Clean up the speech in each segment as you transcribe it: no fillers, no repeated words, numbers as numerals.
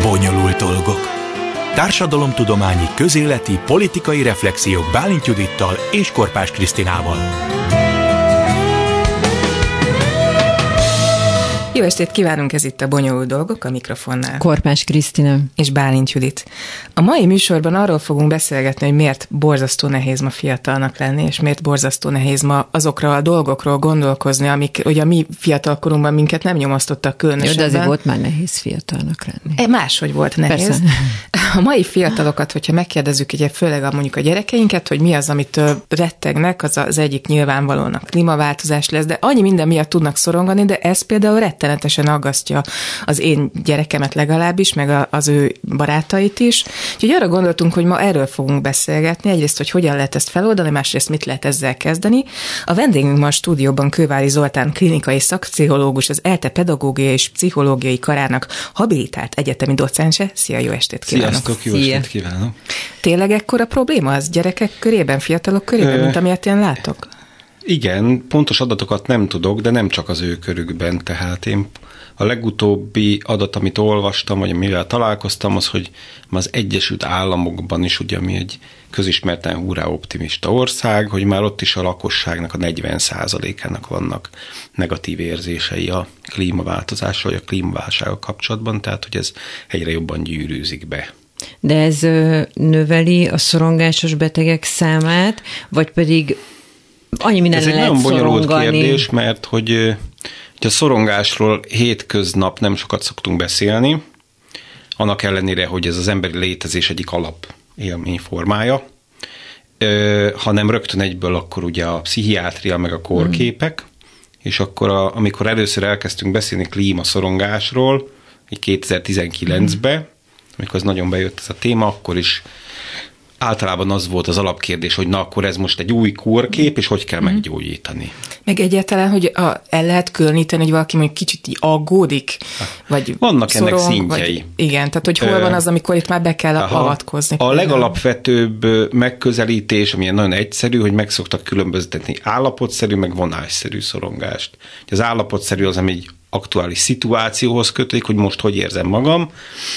Bonyolult dolgok. Társadalomtudományi, közéleti, politikai reflexiók Bálint Judittal és Korpás Krisztinával. Jó estét kívánunk, ez itt a Bonyolult dolgok, a mikrofonnál Korpás Krisztina és Bálint Judit. A mai műsorban arról fogunk beszélgetni, hogy miért borzasztó nehéz ma fiatalnak lenni, és miért borzasztó nehéz ma azokra a dolgokról gondolkozni, amik ugye a mi fiatalkorunkban minket nem nyomasztottak különösebben. Jó, de azért volt már nehéz fiatalnak lenni. Máshogy volt nehéz. Persze. A mai fiatalokat, hogyha megkérdezzük, ugye főleg mondjuk a gyerekeinket, hogy mi az, amitől rettegnek, az egyik nyilvánvalóan a klímaváltozás lesz, de annyi minden miatt tudnak szorongani, de ez például rettenetesen aggasztja az én gyerekemet legalábbis, meg az ő barátait is. Úgyhogy arra gondoltunk, hogy ma erről fogunk beszélgetni. Egyrészt, hogy hogyan lehet ezt feloldani, másrészt mit lehet ezzel kezdeni. A vendégünk ma a stúdióban Kővári Zoltán klinikai szakpszichológus, az ELTE pedagógiai és pszichológiai karának habilitált egyetemi docense. Szia, jó estét kívánok! Sziasztok, jó estét kívánok! Tényleg ekkora probléma az gyerekek körében, fiatalok körében, mint amilyet én látok? Igen, pontos adatokat nem tudok, de nem csak az ő körükben, tehát én a legutóbbi adat, amit olvastam, vagy amivel találkoztam, az, hogy az Egyesült Államokban is, ugye, ami egy közismerten hurrá optimista ország, hogy már ott is a lakosságnak a 40%-ának vannak negatív érzései a klímaváltozással, vagy a klímaválsággal kapcsolatban, tehát hogy ez egyre jobban gyűrűzik be. De ez növeli a szorongásos betegek számát, vagy pedig annyi minden lehet szorongani? Ez egy nagyon bonyolult kérdés, mert hogy a szorongásról hétköznap nem sokat szoktunk beszélni, annak ellenére, hogy ez az emberi létezés egyik alap élményformája, hanem rögtön egyből akkor ugye a pszichiátria meg a kórképek, és akkor amikor először elkezdtünk beszélni klímaszorongásról, 2019-ben, amikor az nagyon bejött ez a téma, akkor is általában az volt az alapkérdés, hogy na akkor ez most egy új kórkép, és hogy kell meggyógyítani. Meg egyáltalán, hogy el lehet különíteni, hogy valaki mondjuk kicsit így aggódik, vagy vannak szorong, ennek szintjei. Vagy, igen, tehát hogy hol van az, amikor itt már be kell avatkozni. A legalapvetőbb megközelítés, ami nagyon egyszerű, hogy meg szoktak különböztetni állapotszerű, meg vonásszerű szorongást. Az állapotszerű az, ami egy aktuális szituációhoz kötődik, hogy most hogy érzem magam,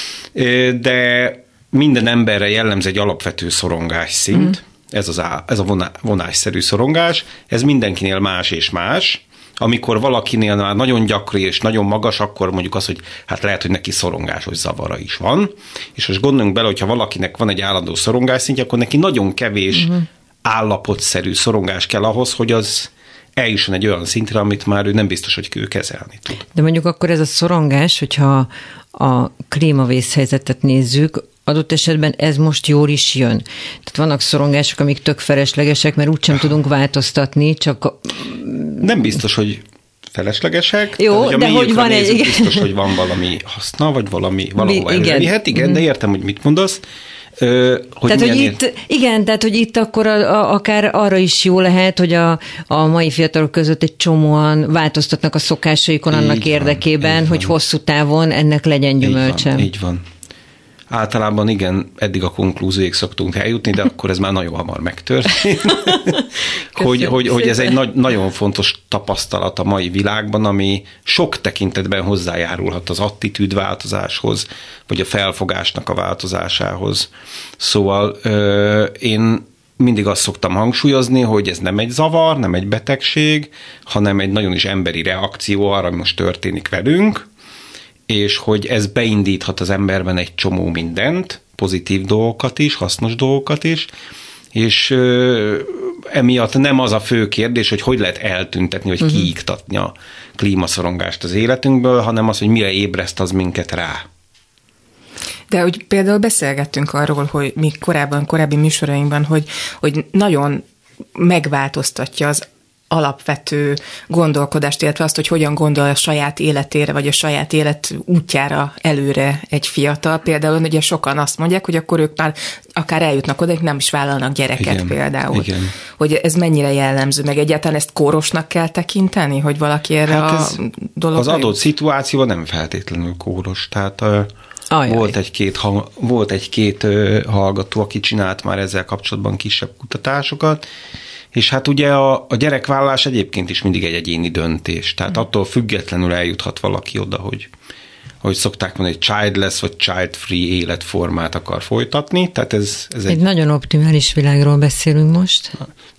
de minden emberre jellemző egy alapvető szorongás szint, ez a vonásszerű szorongás, ez mindenkinél más és más. Amikor valakinél már nagyon gyakori és nagyon magas, akkor mondjuk az, hogy hát lehet, hogy neki szorongásos zavara is van. És most gondoljunk bele, hogyha valakinek van egy állandó szorongás szintje, akkor neki nagyon kevés állapotszerű szorongás kell ahhoz, hogy az eljusson egy olyan szintre, amit már ő nem biztos, hogy ő kezelni tud. De mondjuk akkor ez a szorongás, hogyha a klímavészhelyzetet nézzük, adott esetben ez most jól is jön. Tehát vannak szorongások, amik tök feleslegesek, mert úgysem tudunk változtatni, csak... Nem biztos, hogy feleslegesek. Jó, tehát, de hogy van egy... Biztos, hogy van valami haszna, vagy valahol elővihet. Igen, de értem, hogy mit mondasz. Tehát, hogy itt akkor akár arra is jó lehet, hogy a mai fiatalok között egy csomóan változtatnak a szokásaikon annak érdekében, hogy hosszú távon ennek legyen gyümölcse. Így van. Általában igen, eddig a konklúzióig szoktunk eljutni, de akkor ez már nagyon hamar megtörtént. hogy ez egy nagyon fontos tapasztalat a mai világban, ami sok tekintetben hozzájárulhat az attitűdváltozáshoz, vagy a felfogásnak a változásához. Szóval én mindig azt szoktam hangsúlyozni, hogy ez nem egy zavar, nem egy betegség, hanem egy nagyon is emberi reakció arra, ami most történik velünk, és hogy ez beindíthat az emberben egy csomó mindent, pozitív dolgokat is, hasznos dolgokat is, és emiatt nem az a fő kérdés, hogy lehet eltüntetni, vagy kiiktatni a klímaszorongást az életünkből, hanem az, hogy mire ébreszt az minket rá. De hogy például beszélgettünk arról, hogy mi korábbi műsorainkban, hogy nagyon megváltoztatja az alapvető gondolkodást, illetve azt, hogy hogyan gondol a saját életére, vagy a saját élet útjára előre egy fiatal. Például ugye sokan azt mondják, hogy akkor ők már akár eljutnak oda, hogy nem is vállalnak gyereket. Igen, például. Igen. Hogy ez mennyire jellemző, meg egyáltalán ezt kórosnak kell tekinteni, hogy valaki erre a dologra... Az adott szituációban nem feltétlenül kóros, tehát... Volt egy-két hallgató, aki csinált már ezzel kapcsolatban kisebb kutatásokat, és hát ugye a gyerekvállalás egyébként is mindig egy egyéni döntés, tehát attól függetlenül eljuthat valaki oda, hogy ahogy szokták mondani, childless vagy child-free életformát akar folytatni. Tehát ez egy nagyon optimális világról beszélünk most.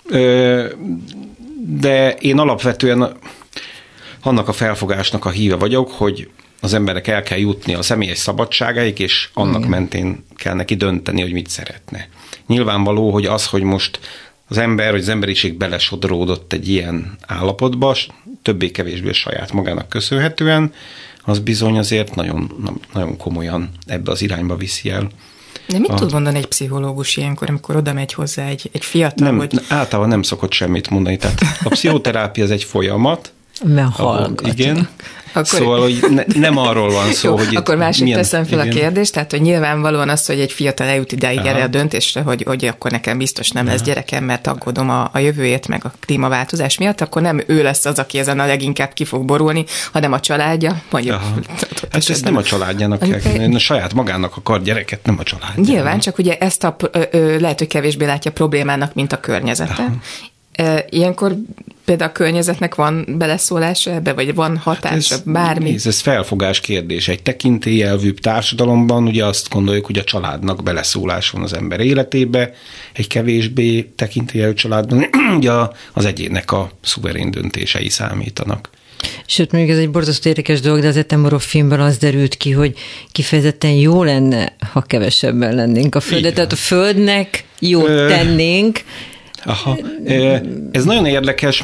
De én alapvetően annak a felfogásnak a híve vagyok, hogy az emberek el kell jutni a személyes szabadságáig, és annak mentén kell neki dönteni, hogy mit szeretne. Nyilvánvaló, hogy az, hogy most az ember, vagy az emberiség belesodródott egy ilyen állapotba, többé-kevésbé saját magának köszönhetően, az bizony azért nagyon, nagyon komolyan ebbe az irányba viszi el. De mit tud mondani egy pszichológus ilyenkor, amikor oda megy hozzá egy fiatal? Nem, általában nem szokott semmit mondani. Tehát a pszichoterápia az egy folyamat. Igen. Akkor... Szóval, hogy nem arról van szó, jó, hogy akkor másik teszem fel a kérdést, tehát, hogy nyilvánvalóan az, hogy egy fiatal eljut ideig erre a döntésre, hogy akkor nekem biztos nem lesz gyerekem, mert aggódom a jövőjét, meg a klímaváltozás miatt, akkor nem ő lesz az, aki ezen a leginkább ki fog borulni, hanem a családja. Hát ezt nem a családjának kell, saját magának akar gyereket, nem a családjának. Nyilván, csak ugye ezt lehet, hogy kevésbé látja problémának, mint a környezete. Ilyenkor például a környezetnek van beleszólása ebbe, vagy van hatása, bármi? Ez felfogás kérdés. Egy tekintélyelvűbb társadalomban ugye azt gondoljuk, hogy a családnak beleszólás van az ember életébe, egy kevésbé tekintélyelvű családban ugye az egyének a szuverén döntései számítanak. Sőt, mondjuk ez egy borzasztó érdekes dolog, de az Attenborough filmben az derült ki, hogy kifejezetten jó lenne, ha kevesebben lennénk a Földön. Tehát a Földnek jót tennénk. Aha. Ez nagyon érdekes,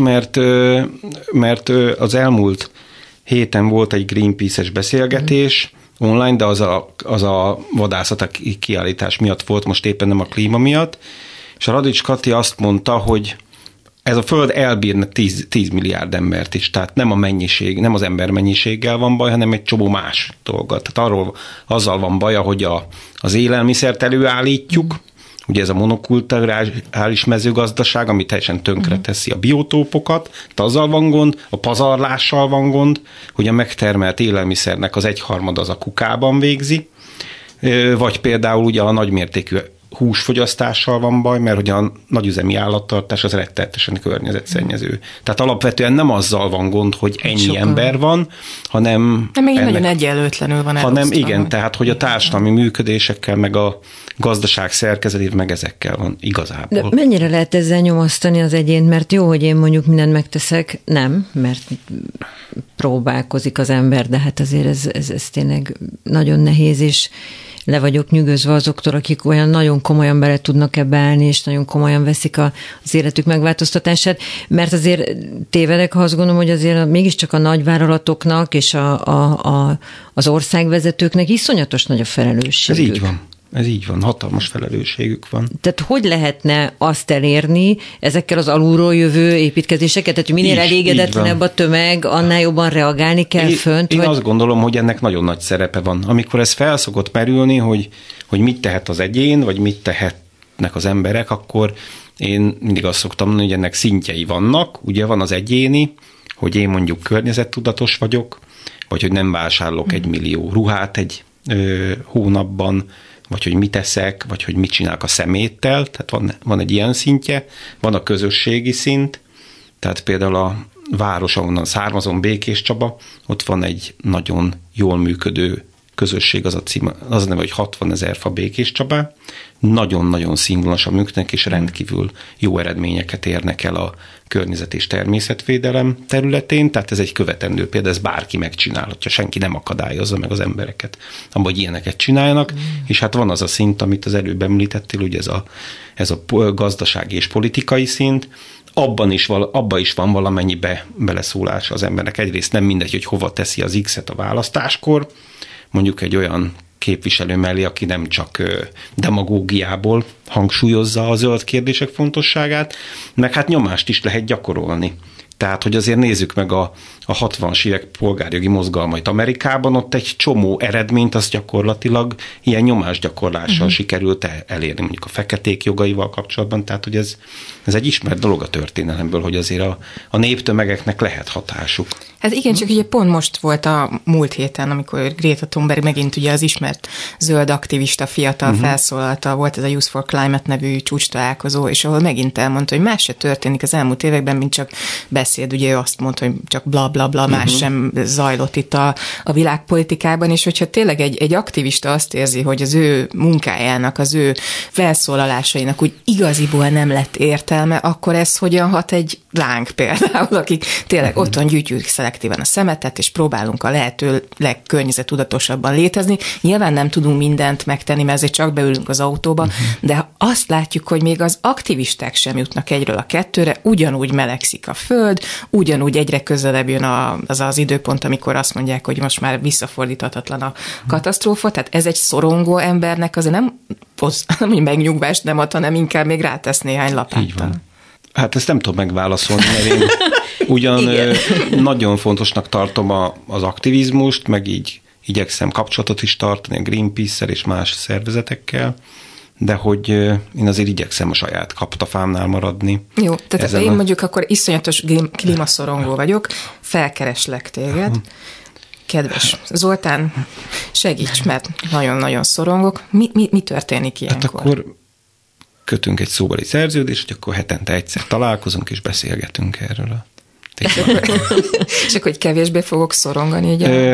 mert az elmúlt héten volt egy Greenpeace-es beszélgetés online, de az a vadászati kiállítás miatt volt, most éppen nem a klíma miatt, és a Radics Kati azt mondta, hogy ez a Föld elbírna 10 milliárd embert is, tehát nem a mennyiség, nem az ember mennyiséggel van baj, hanem egy csomó más dolgot. Tehát azzal van baja, hogy az élelmiszert előállítjuk, ugye ez a monokulturális mezőgazdaság, ami teljesen tönkre teszi a biotópokat, azzal van gond, a pazarlással van gond, hogy a megtermelt élelmiszernek az 1/3 az a kukában végzi, vagy például ugye a nagymértékű húsfogyasztással van baj, mert hogy a nagyüzemi állattartás az rettenetesen környezetszennyező. Tehát alapvetően nem azzal van gond, hogy ennyi ember van, hanem... De még nagyon egyenlőtlenül van elosztva. Hanem igen, tehát hogy a társadalmi működésekkel, meg a gazdaság szerkezetét, meg ezekkel van igazából. De mennyire lehet ezzel nyomasztani az egyént? Mert jó, hogy én mondjuk mindent megteszek, nem, mert próbálkozik az ember, de hát azért ez tényleg nagyon nehéz, és le vagyok nyűgözve azoktól, akik olyan nagyon komolyan bele tudnak ebbe állni, és nagyon komolyan veszik az életük megváltoztatását, mert azért tévedek, ha azt gondolom, hogy azért mégiscsak a nagyvállalatoknak és az országvezetőknek iszonyatos nagy a felelősségük. Ez így van, hatalmas felelősségük van. Tehát hogy lehetne azt elérni ezekkel az alulról jövő építkezéseket? Tehát minél elégedetlenebb a tömeg, annál jobban reagálni kell fönt? Én azt gondolom, hogy ennek nagyon nagy szerepe van. Amikor ez felszokott merülni, hogy mit tehet az egyén, vagy mit tehetnek az emberek, akkor én mindig azt szoktam mondani, hogy ennek szintjei vannak. Ugye van az egyéni, hogy én mondjuk környezettudatos vagyok, vagy hogy nem vásárolok 1 millió ruhát egy hónapban, vagy hogy mit eszek, vagy hogy mit csinálok a szeméttel, tehát van egy ilyen szintje, van a közösségi szint, tehát például a város, ahonnan származom, Békéscsaba, ott van egy nagyon jól működő közösség, az a neve, hogy 60 000 fa Békéscsabán, nagyon-nagyon színvonalasan működnek, és rendkívül jó eredményeket érnek el a környezet és természetvédelem területén, tehát ez egy követendő példa, ez bárki megcsinálhatja, senki nem akadályozza meg az embereket abban, hogy ilyeneket csináljanak, és hát van az a szint, amit az előbb említettél, ugye ez a gazdasági és politikai szint, abban is van valamennyi beleszólása az embernek. Egyrészt nem mindegy, hogy hova teszi az X-et a választáskor, mondjuk egy olyan képviselő mellé, aki nem csak demagógiából hangsúlyozza a zöld kérdések fontosságát, meg hát nyomást is lehet gyakorolni. Tehát, hogy azért nézzük meg a 60-as évek polgárjogi mozgalmait Amerikában, ott egy csomó eredményt az gyakorlatilag ilyen nyomásgyakorlással sikerült elérni, mondjuk a feketék jogaival kapcsolatban, tehát, hogy ez egy ismert dolog a történelemből, hogy azért a néptömegeknek lehet hatásuk. Hát igen, csak ugye pont most volt a múlt héten, amikor Greta Thunberg megint ugye az ismert zöld aktivista fiatal felszólalta, volt ez a Youth for Climate nevű csúcstalálkozó, és ahol megint elmondta, hogy más se történik az elmúlt években, mint csak beszéd, ugye ő azt mondta, hogy csak bla bla bla, más sem zajlott itt a világpolitikában, és hogyha tényleg egy aktivista azt érzi, hogy az ő munkájának, az ő felszólalásainak úgy igaziból nem lett értelme, akkor ez hogyan hat egy láng például, akik tényleg otthon gyűjtjük szelektíven a szemetet, és próbálunk a lehető legkörnyezetudatosabban létezni. Nyilván nem tudunk mindent megtenni, mert ezért csak beülünk az autóba, de azt látjuk, hogy még az aktivisták sem jutnak egyről a kettőre, ugyanúgy melegszik a föld, ugyanúgy egyre közelebb jön az időpont, amikor azt mondják, hogy most már visszafordíthatatlan a katasztrófa, tehát ez egy szorongó embernek azért nem hogy megnyugvást nem ad, hanem inkább még rátesz néhány lapáttal. Hát ezt nem tudom megválaszolni, mert én ugyan nagyon fontosnak tartom az aktivizmust, meg így igyekszem kapcsolatot is tartani a Greenpeace-szel és más szervezetekkel, de hogy én azért igyekszem a saját kaptafámnál maradni. Jó, tehát én mondjuk akkor iszonyatos klímaszorongó vagyok, felkereslek téged. Kedves Zoltán, segíts, mert nagyon-nagyon szorongok. Mi történik ilyenkor? Hát akkor kötünk egy szóbeli szerződést, hogy akkor hetente egyszer találkozunk, és beszélgetünk erről a témáról. És akkor hogy kevésbé fogok szorongani?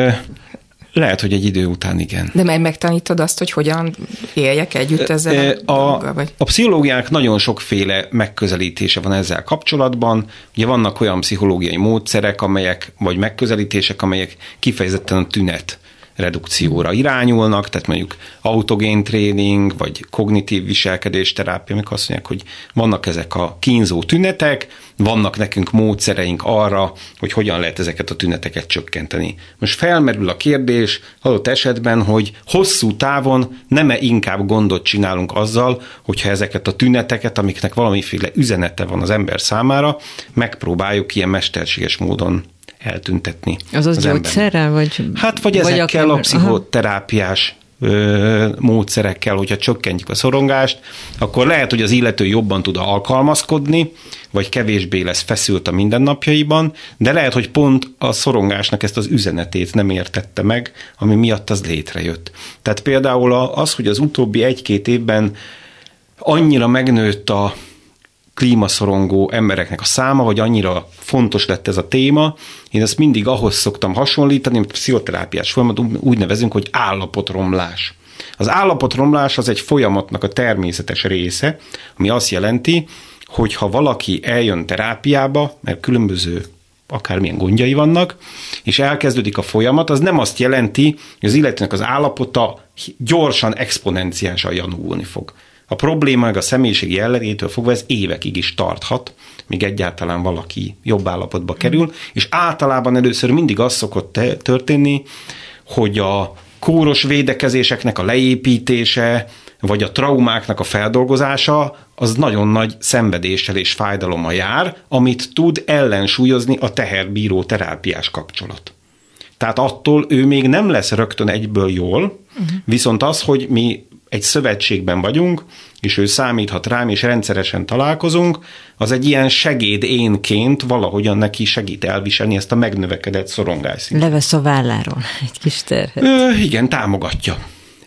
Lehet, hogy egy idő után igen. De meg megtanítod azt, hogy hogyan éljek együtt ezzel a dologgal? Vagy? A pszichológiának nagyon sokféle megközelítése van ezzel kapcsolatban. Ugye vannak olyan pszichológiai módszerek, vagy megközelítések, amelyek kifejezetten a tünet redukcióra irányulnak, tehát mondjuk autogén tréning, vagy kognitív viselkedésterápia, amikor azt mondják, hogy vannak ezek a kínzó tünetek, vannak nekünk módszereink arra, hogy hogyan lehet ezeket a tüneteket csökkenteni. Most felmerül a kérdés adott esetben, hogy hosszú távon nem-e inkább gondot csinálunk azzal, hogyha ezeket a tüneteket, amiknek valamiféle üzenete van az ember számára, megpróbáljuk ilyen mesterséges módon eltüntetni. Az gyógyszerrel? Vagy ezekkel a pszichoterápiás módszerekkel, hogyha csökkentjük a szorongást, akkor lehet, hogy az illető jobban tud alkalmazkodni, vagy kevésbé lesz feszült a mindennapjaiban, de lehet, hogy pont a szorongásnak ezt az üzenetét nem értette meg, ami miatt az létrejött. Tehát például az, hogy az utóbbi 1-2 évben annyira megnőtt a klímaszorongó embereknek a száma, vagy annyira fontos lett ez a téma, én ezt mindig ahhoz szoktam hasonlítani, amit pszichoterápiás folyamat úgy nevezünk, hogy állapotromlás. Az állapotromlás az egy folyamatnak a természetes része, ami azt jelenti, hogy ha valaki eljön terápiába, mert különböző akármilyen gondjai vannak, és elkezdődik a folyamat, az nem azt jelenti, hogy az illetőnek az állapota gyorsan, exponenciálisan javulni fog. A probléma meg a személyiségi jellegétől fogva ez évekig is tarthat, míg egyáltalán valaki jobb állapotba kerül, és általában először mindig az szokott történni, hogy a kóros védekezéseknek a leépítése, vagy a traumáknak a feldolgozása, az nagyon nagy szenvedéssel és fájdalommal jár, amit tud ellensúlyozni a teherbíró terápiás kapcsolat. Tehát attól ő még nem lesz rögtön egyből jól, viszont az, hogy mi egy szövetségben vagyunk, és ő számíthat rám, és rendszeresen találkozunk, az egy ilyen segéd-énként valahogyan neki segít elviselni ezt a megnövekedett szorongásszintet. Levesz a válláról egy kis terhet. Igen, támogatja.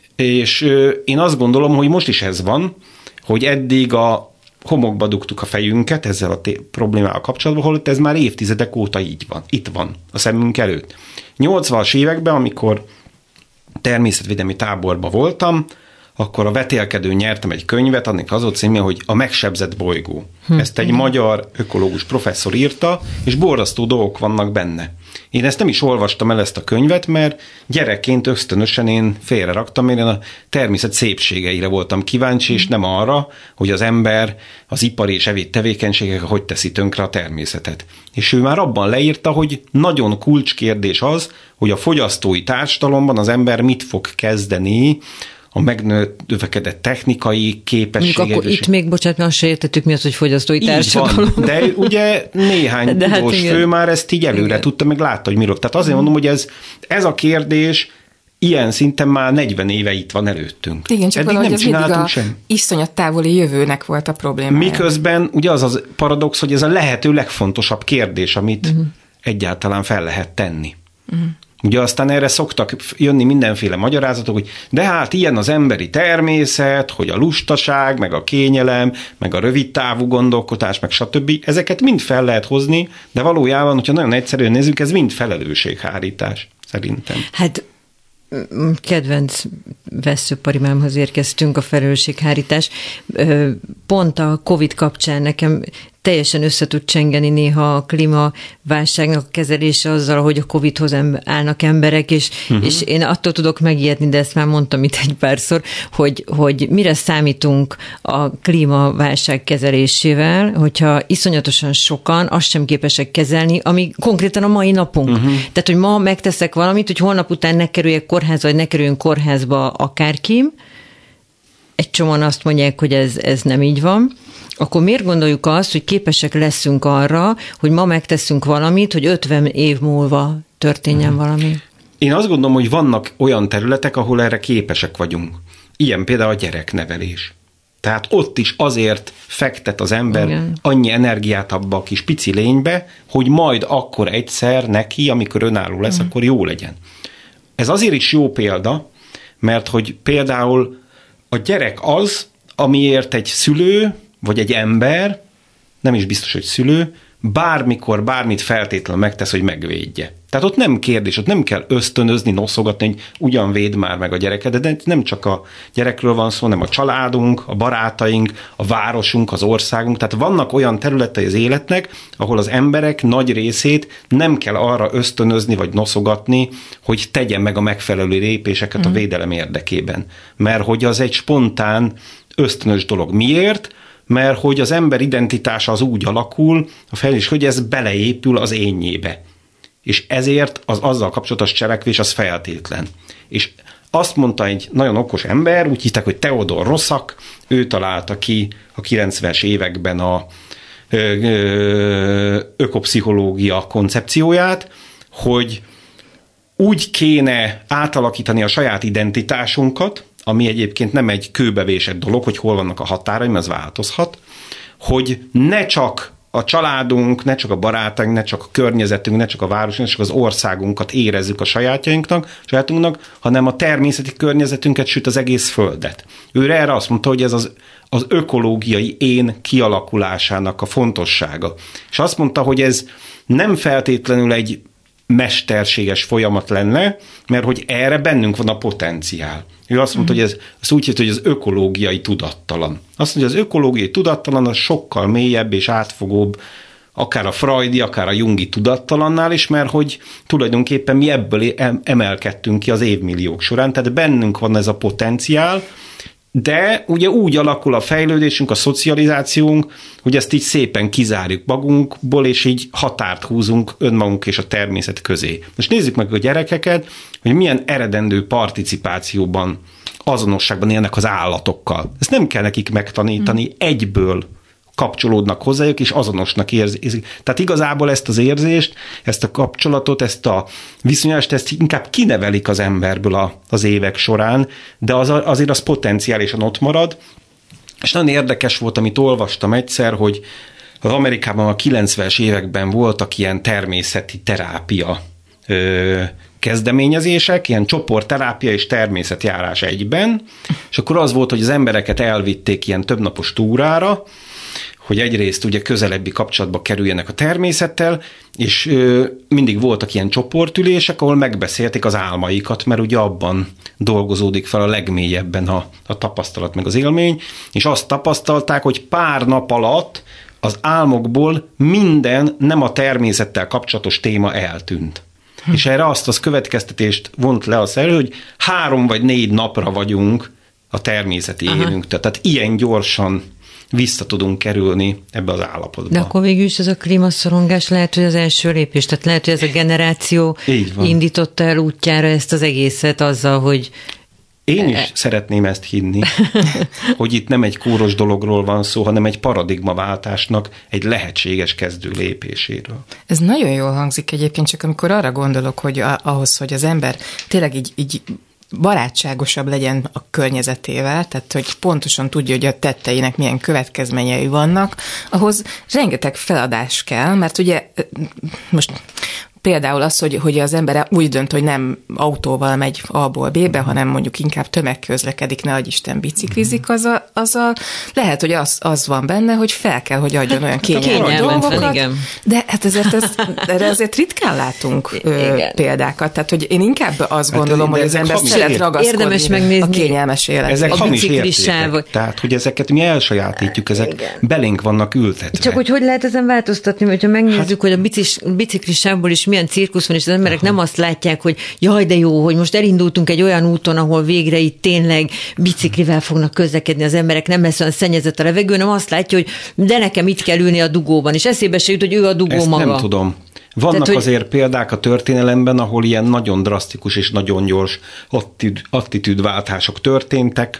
És én azt gondolom, hogy most is ez van, hogy eddig a homokba dugtuk a fejünket ezzel a problémával kapcsolatban, holott ez már évtizedek óta így van. Itt van, a szemünk előtt. 80-as években, amikor természetvédelmi táborban voltam, akkor a vetélkedőn nyertem egy könyvet, annak az volt címe, hogy A megsebzett bolygó. Ezt egy magyar ökológus professzor írta, és borzasztó dolgok vannak benne. Én ezt nem is olvastam el ezt a könyvet, mert gyerekként ösztönösen én félreraktam, én a természet szépségeire voltam kíváncsi, és nem arra, hogy az ember az ipari és evét tevékenységek hogy teszi tönkre a természetet. És ő már abban leírta, hogy nagyon kulcskérdés az, hogy a fogyasztói társadalomban az ember mit fog kezdeni a megnövekedett technikai képességek. Akkor itt még, bocsánat, mert azt se értettük, mi az, hogy fogyasztói társadalom. Van, de ugye néhány tudós fő már ezt így előre tudta, meg látta, hogy miről. Tehát azért mondom, hogy ez a kérdés ilyen szinten már 40 éve itt van előttünk. Igen, csak valahogy ez mindig a iszonyat távoli jövőnek volt a probléma. Miközben ugye az a paradox, hogy ez a lehető legfontosabb kérdés, amit egyáltalán fel lehet tenni. Ugye aztán erre szoktak jönni mindenféle magyarázatok, hogy de hát ilyen az emberi természet, hogy a lustaság, meg a kényelem, meg a rövidtávú gondolkodás, meg stb. Ezeket mind fel lehet hozni, de valójában, hogyha nagyon egyszerűen nézzük, ez mind felelősséghárítás, szerintem. Hát kedvenc vesszőparimámhoz érkeztünk, a felelősséghárítás. Pont a Covid kapcsán nekem teljesen össze tud csengeni néha a klímaválságnak a kezelése azzal, hogy a Covidhoz állnak emberek, és én attól tudok megijedni, de ezt már mondtam itt egy párszor, hogy mire számítunk a klímaválság kezelésével, hogyha iszonyatosan sokan azt sem képesek kezelni, ami konkrétan a mai napunk. Tehát, hogy ma megteszek valamit, hogy holnap után ne kerüljek kórházba, vagy ne kerüljön kórházba akárkim, egy csomóan azt mondják, hogy ez nem így van, akkor miért gondoljuk azt, hogy képesek leszünk arra, hogy ma megteszünk valamit, hogy 50 év múlva történjen valami? Én azt gondolom, hogy vannak olyan területek, ahol erre képesek vagyunk. Ilyen például a gyereknevelés. Tehát ott is azért fektet az ember annyi energiát abba a kis pici lénybe, hogy majd akkor egyszer neki, amikor önálló lesz, akkor jó legyen. Ez azért is jó példa, mert hogy például a gyerek az, amiért egy szülő, vagy egy ember, nem is biztos, hogy szülő, bármikor, bármit feltétlenül megtesz, hogy megvédje. Tehát ott nem kérdés, ott nem kell ösztönözni, noszogatni, hogy ugyan védd már meg a gyereket, de nem csak a gyerekről van szó, hanem a családunk, a barátaink, a városunk, az országunk. Tehát vannak olyan területei az életnek, ahol az emberek nagy részét nem kell arra ösztönözni, vagy noszogatni, hogy tegye meg a megfelelő lépéseket a védelem érdekében. Mert hogy az egy spontán, ösztönös dolog. Miért? Mert hogy az ember identitása az úgy alakul, a fejlődés, hogy ez beleépül az énjébe. És ezért az azzal kapcsolatos cselekvés az feltétlen. És azt mondta egy nagyon okos ember, úgy hittek, hogy Theodor Rosszak, ő találta ki a 90-es években a ökopszichológia koncepcióját, hogy úgy kéne átalakítani a saját identitásunkat, ami egyébként nem egy kőbevésett dolog, hogy hol vannak a határaim, ez változhat, hogy ne csak a családunk, ne csak a barátaink, ne csak a környezetünk, ne csak a városunk, ne csak az országunkat érezzük a sajátunknak, hanem a természeti környezetünket, sőt az egész földet. Ő erre azt mondta, hogy ez az ökológiai én kialakulásának a fontossága. És azt mondta, hogy ez nem feltétlenül egy mesterséges folyamat lenne, mert hogy erre bennünk van a potenciál. Ő azt mondta, hogy ez úgy hívta, hogy az ökológiai tudattalan. Azt mondja, hogy az ökológiai tudattalan az sokkal mélyebb és átfogóbb, akár a freudi, akár a jungi tudattalannál is, mert hogy tulajdonképpen mi ebből emelkedtünk ki az évmilliók során, tehát bennünk van ez a potenciál, de ugye úgy alakul a fejlődésünk, a szocializációnk, hogy ezt így szépen kizárjuk magunkból, és így határt húzunk önmagunk és a természet közé. Most nézzük meg a gyerekeket, hogy milyen eredendő participációban, azonosságban élnek az állatokkal. Ezt nem kell nekik megtanítani, egyből kapcsolódnak hozzájuk, és azonosnak érzik. Tehát igazából ezt az érzést, ezt a kapcsolatot, ezt a viszonyást, ezt inkább kinevelik az emberből az évek során, de azért az potenciálisan ott marad. És nagyon érdekes volt, amit olvastam egyszer, hogy az Amerikában a 90-es években voltak ilyen természeti terápia kezdeményezések, ilyen csoportterápia és természetjárás egyben, és akkor az volt, hogy az embereket elvitték ilyen többnapos túrára, hogy egyrészt ugye közelebbi kapcsolatba kerüljenek a természettel, és mindig voltak ilyen csoportülések, ahol megbeszélték az álmaikat, mert ugye abban dolgozódik fel a legmélyebben a tapasztalat meg az élmény, és azt tapasztalták, hogy pár nap alatt az álmokból minden nem a természettel kapcsolatos téma eltűnt. És erre azt az következtetést vont le a szerző, hogy 3 vagy 4 napra vagyunk a természeti élünktől. Tehát ilyen gyorsan vissza tudunk kerülni ebbe az állapotba. De akkor végül is ez a klímaszorongás lehet, hogy az első lépés. Tehát lehet, hogy ez a generáció indította el útjára ezt az egészet azzal, hogy... Én is szeretném ezt hinni, hogy itt nem egy kóros dologról van szó, hanem egy paradigmaváltásnak egy lehetséges kezdő lépéséről. Ez nagyon jól hangzik egyébként, csak amikor arra gondolok, hogy ahhoz, hogy az ember tényleg így barátságosabb legyen a környezetével, tehát hogy pontosan tudja, hogy a tetteinek milyen következményei vannak, ahhoz rengeteg feladás kell, mert ugye most például az, hogy az ember úgy dönt, hogy nem autóval megy A-ból B-be, hanem mondjuk inkább tömegközlekedik, ne adj Isten biciklizik, lehet, hogy az van benne, hogy fel kell, hogy adjon olyan kényelmes dolgokat. Igen. De hát erre azért ritkán látunk példákat. Tehát, hogy én inkább azt gondolom, hogy az ember szeret ragaszkodni érdemes megnézni a kényelmes életet. Ezek hamis értékek. Tehát, hogy ezeket mi elsajátítjuk, ezek belénk vannak ültetve. Csak hogy lehet ezen változtatni, hogyha megnézzük, hogy a biciklisávból is milyen cirkusz van, és az emberek nem azt látják, hogy jaj, de jó, hogy most elindultunk egy olyan úton, ahol végre itt tényleg biciklivel fognak közlekedni az emberek, nem lesz olyan szennyezett a levegő, hanem azt látja, hogy de nekem itt kell ülni a dugóban, és eszébe se jut, hogy ő a dugó ezt maga. Nem tudom. Vannak tehát, azért példák a történelemben, ahol ilyen nagyon drasztikus és nagyon gyors attitűdváltások történtek,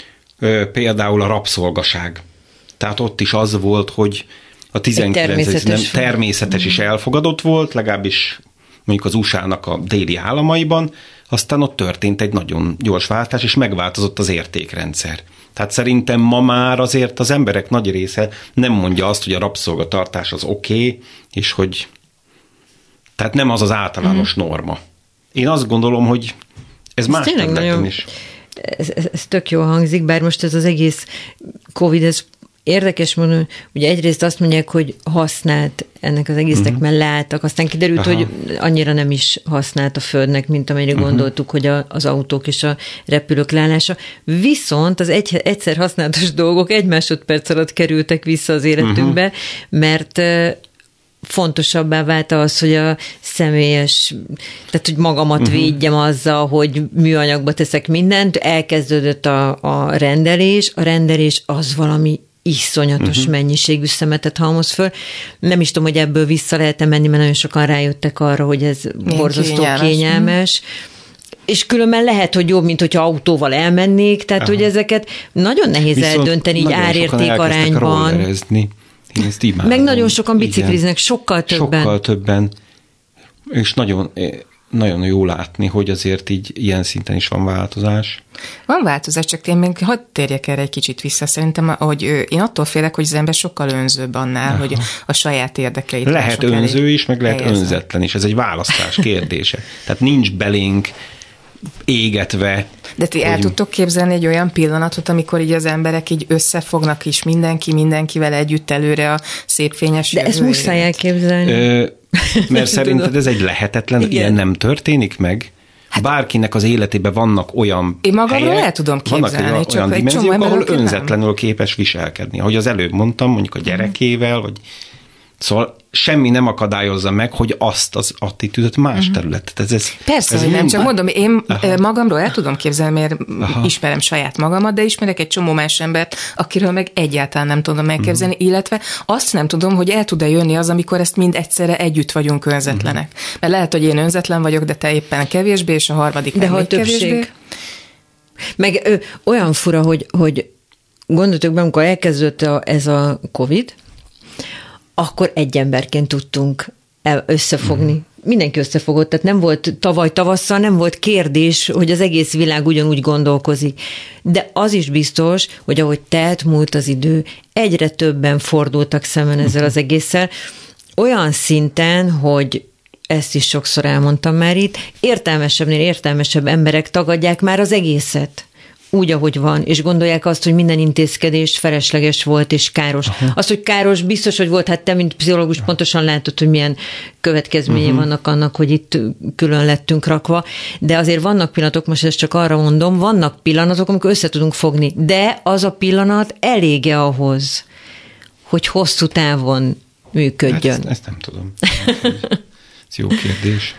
például a rabszolgaság. Tehát ott is az volt, hogy a 19. természetes is elfogadott volt, legalábbis mondjuk az USA-nak a déli államaiban, aztán ott történt egy nagyon gyors váltás, és megváltozott az értékrendszer. Tehát szerintem ma már azért az emberek nagy része nem mondja azt, hogy a rabszolgatartás az oké, és hogy tehát nem az általános norma. Én azt gondolom, hogy ez más területen is. Ez tök jól hangzik, bár most ez az egész Covid, ez érdekes mondani, ugye egyrészt azt mondják, hogy használt ennek az egésznek, mert leálltak, aztán kiderült, hogy annyira nem is használt a Földnek, mint amennyire gondoltuk, hogy az autók és a repülők leállása. Viszont az egyszer használatos dolgok egy másodperc alatt kerültek vissza az életünkbe, mert fontosabbá vált az, hogy a személyes, tehát hogy magamat védjem azzal, hogy műanyagba teszek mindent, elkezdődött a rendelés az valami iszonyatos mennyiségű szemetet halmoz föl. Nem is tudom, hogy ebből vissza lehet menni, mert nagyon sokan rájöttek arra, hogy ez borzasztó kényelmes. És különben lehet, hogy jobb, mint hogyha autóval elmennék, tehát hogy ezeket nagyon nehéz eldönteni így árérték arányban. Meg nagyon sokan bicikliznek, sokkal többen. És nagyon jó látni, hogy azért így ilyen szinten is van változás. Van változás, csak én még hadd térjek erre egy kicsit vissza. Szerintem, hogy én attól félek, hogy az ember sokkal önzőbb annál, hogy a saját érdekeit. Lehet önző is, meg lehet önzetlen is. Ez egy választás kérdése. Tehát nincs belénk égetve. De ti el tudtok képzelni egy olyan pillanatot, amikor így az emberek így összefognak is mindenkivel együtt előre a szép fényes jövőjét? De ezt muszáj elképzelni. Mert szerinted ez egy lehetetlen, ilyen nem történik meg? Bárkinek az életében vannak olyan én magamról el tudom képzelni. Vannak olyan dimenziók, ahol önzetlenül képes viselkedni. Ahogy az előbb mondtam, mondjuk a gyerekével, vagy szóval semmi nem akadályozza meg, hogy azt az attitűdöt más területet. Persze, hogy nem, csak mondom, én magamról el tudom képzelni, mert ismerem saját magamat, de ismerek egy csomó más embert, akiről meg egyáltalán nem tudom elképzelni, illetve azt nem tudom, hogy el tud-e jönni az, amikor ezt mind egyszerre együtt vagyunk önzetlenek. Mert lehet, hogy én önzetlen vagyok, de te éppen kevésbé, és a harmadik de még kevésbé. Meg olyan fura, hogy gondoltok be, amikor elkezdődött ez a Covid, akkor egy emberként tudtunk összefogni. Mindenki összefogott, tehát nem volt tavaly tavasszal, nem volt kérdés, hogy az egész világ ugyanúgy gondolkozik. De az is biztos, hogy ahogy telt múlt az idő, egyre többen fordultak szemben ezzel az egésszel, olyan szinten, hogy ezt is sokszor elmondtam már itt, értelmesebbnél értelmesebb emberek tagadják már az egészet. Úgy, ahogy van, és gondolják azt, hogy minden intézkedés felesleges volt és káros. Az, hogy káros, biztos, hogy volt, hát te, mint pszichológus pontosan látod, hogy milyen következménye vannak annak, hogy itt külön lettünk rakva, de azért vannak pillanatok, most ezt csak arra mondom, vannak pillanatok, amikor össze tudunk fogni, de az a pillanat elége ahhoz, hogy hosszú távon működjön. Hát ezt nem tudom. Ez jó kérdés.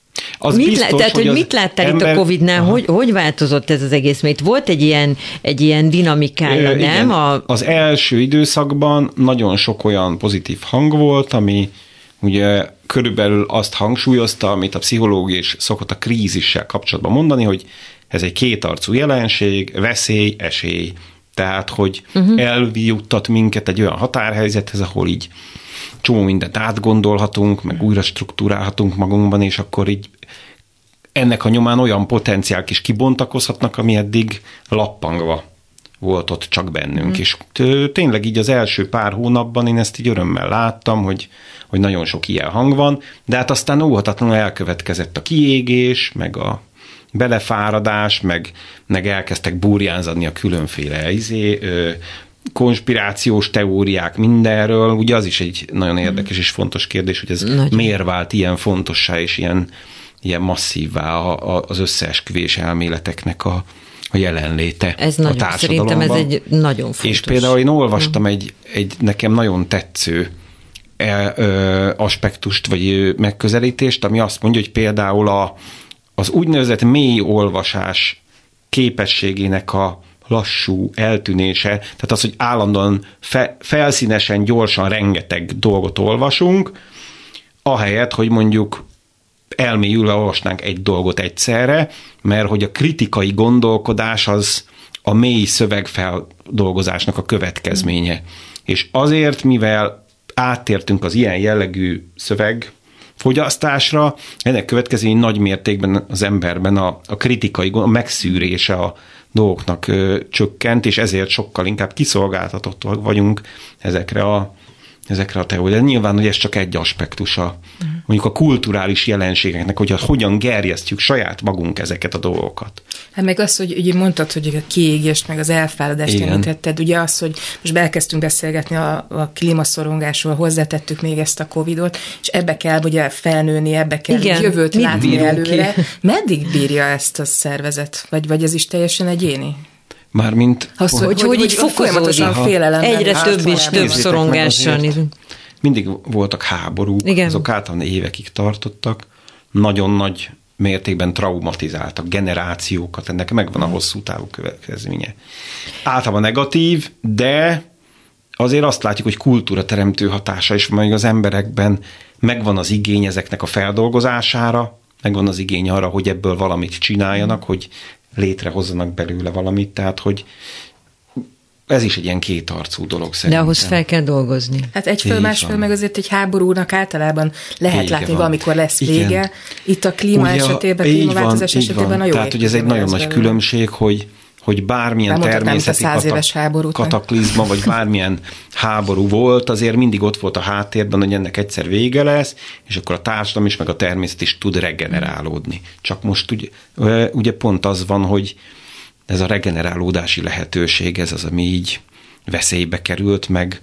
Mit láttál itt a Covid-nál, hogy változott ez az egész? Mert volt egy ilyen dinamikája, nem? Igen. Az első időszakban nagyon sok olyan pozitív hang volt, ami ugye körülbelül azt hangsúlyozta, amit a pszichológia is szokott a krízissel kapcsolatban mondani, hogy ez egy kétarcú jelenség, veszély, esély. Tehát, hogy eljuttat minket egy olyan határhelyzethez, ahol így csomó mindent átgondolhatunk, meg újra struktúrálhatunk magunkban, és akkor így ennek a nyomán olyan potenciálk is kibontakozhatnak, ami eddig lappangva volt ott csak bennünk. És tényleg így az első pár hónapban én ezt így örömmel láttam, hogy nagyon sok ilyen hang van, de hát aztán óhatatlanul elkövetkezett a kiégés, meg a belefáradás, meg elkezdtek burjánzani a különféle konspirációs teóriák mindenről. Ugye az is egy nagyon érdekes és fontos kérdés, hogy ez miért vált ilyen fontossá és ilyen masszívvá az összeesküvés elméleteknek a jelenléte a társadalomban. Szerintem ez egy nagyon fontos. És például én olvastam egy nekem nagyon tetsző aspektust, vagy megközelítést, ami azt mondja, hogy például az úgynevezett mély olvasás képességének a lassú eltűnése, tehát az, hogy állandóan felszínesen, gyorsan rengeteg dolgot olvasunk, ahelyett, hogy mondjuk elmélyülve olvasnánk egy dolgot egyszerre, mert hogy a kritikai gondolkodás az a mély szövegfeldolgozásnak a következménye. És azért, mivel áttértünk az ilyen jellegű szövegfogyasztásra, ennek következően nagy mértékben az emberben a kritikai a megszűrése a dolgoknak csökkent, és ezért sokkal inkább kiszolgáltatottak vagyunk ezekre a teóriákra. Nyilván, hogy ez csak egy aspektusa mondjuk a kulturális jelenségeknek, hogy hogyan gerjesztjük saját magunk ezeket a dolgokat. Hát meg az, hogy ugye mondtad, hogy a kiégést, meg az elfáradást említetted, ugye az, hogy most elkezdtünk beszélgetni a klímaszorongásról, hozzátettük még ezt a Covidot, és ebbe kell ugye felnőni, ebbe kell jövőt látni előre. Meddig bírja ezt a szervezet? Vagy ez is teljesen egyéni? Mármint... Hogy így folyamatosan félelemben. Egyre több és több szorongással nézünk. Mindig voltak háborúk, azok általán évekig tartottak, nagyon nagy mértékben traumatizáltak generációkat, ennek megvan a hosszú távú következménye. Általában negatív, de azért azt látjuk, hogy kultúra teremtő hatása is van, az emberekben megvan az igény ezeknek a feldolgozására, megvan az igény arra, hogy ebből valamit csináljanak, hogy létrehozzanak belőle valamit, tehát hogy ez is egy ilyen kétarcú dolog szerintem. De ahhoz fel kell dolgozni. Hát egyfél, másfél meg azért egy háborúnak általában lehet látni, valamikor lesz vége. Itt a klíma esetében, klímaváltozás esetében a jó. Tehát, hogy ez egy nagyon nagy különbség, hogy bármilyen természeti kataklizma, vagy bármilyen háború volt, azért mindig ott volt a háttérben, hogy ennek egyszer vége lesz, és akkor a társadalom is, meg a természet is tud regenerálódni. Csak most ugye pont az van, hogy ez a regenerálódási lehetőség, ez az, ami így veszélybe került, meg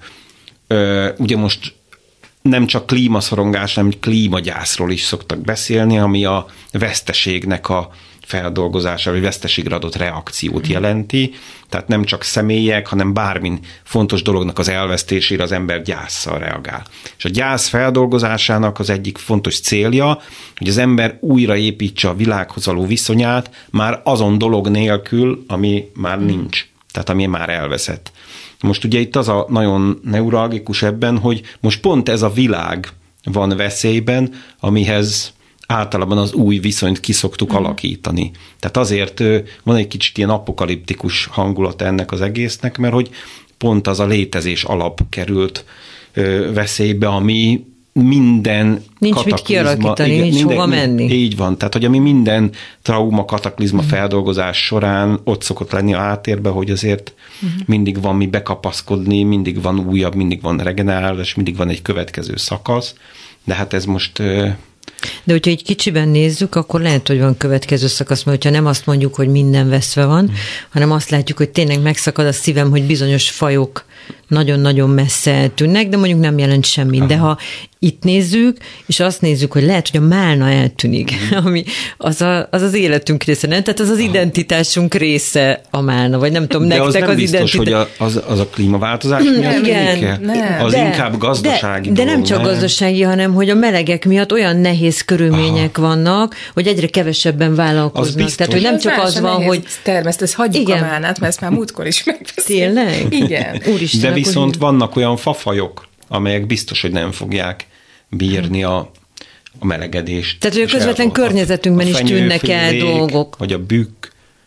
ugye most nem csak klímaszorongás, hanem klímagyászról is szoktak beszélni, ami a veszteségnek a feldolgozása, vagy veszteségre adott reakciót jelenti. Tehát nem csak személyek, hanem bármin fontos dolognak az elvesztésére az ember gyásszal reagál. És a gyász feldolgozásának az egyik fontos célja, hogy az ember újraépítse a világhoz való viszonyát már azon dolog nélkül, ami már nincs. Tehát ami már elveszett. Most ugye itt az a nagyon neuralgikus ebben, hogy most pont ez a világ van veszélyben, amihez általában az új viszonyt ki szoktuk alakítani. Tehát azért van egy kicsit ilyen apokaliptikus hangulat ennek az egésznek, mert hogy pont az a létezés alap került veszélybe, ami minden nincs mit kialakítani, nincs hova menni. Így van, tehát hogy ami minden trauma, kataklizma feldolgozás során ott szokott lenni a háttérben, hogy azért mindig van mi bekapaszkodni, mindig van újabb, mindig van regenerálás, mindig van egy következő szakasz, de hát ez most... De hogyha egy kicsiben nézzük, akkor lehet, hogy van következő szakasz, mert hogyha nem azt mondjuk, hogy minden veszve van, hanem azt látjuk, hogy tényleg megszakad a szívem, hogy bizonyos fajok nagyon-nagyon messze eltűnnek, de mondjuk nem jelent semmit. De ha itt nézzük, és azt nézzük, hogy lehet, hogy a málna eltűnik, ami az életünk része, nem? Tehát az identitásunk része a málna, vagy nem tudom, de nektek az nem biztos, hogy az a klímaváltozás miatt az inkább gazdasági de nem csak gazdasági, hanem hogy a melegek miatt olyan nehéz körülmények vannak, hogy egyre kevesebben vállalkoznak. Tehát, hogy nem csak az van, hogy... Ezt hagyjuk a málnát, mert ezt már múltkor is megbeszéltünk. Tényleg? Igen. Úristen, de viszont vannak olyan fafajok, amelyek biztos, hogy nem fogják bírni a melegedést. Tehát, hogy a közvetlen környezetünkben is tűnnek el dolgok. Vagy a bükk,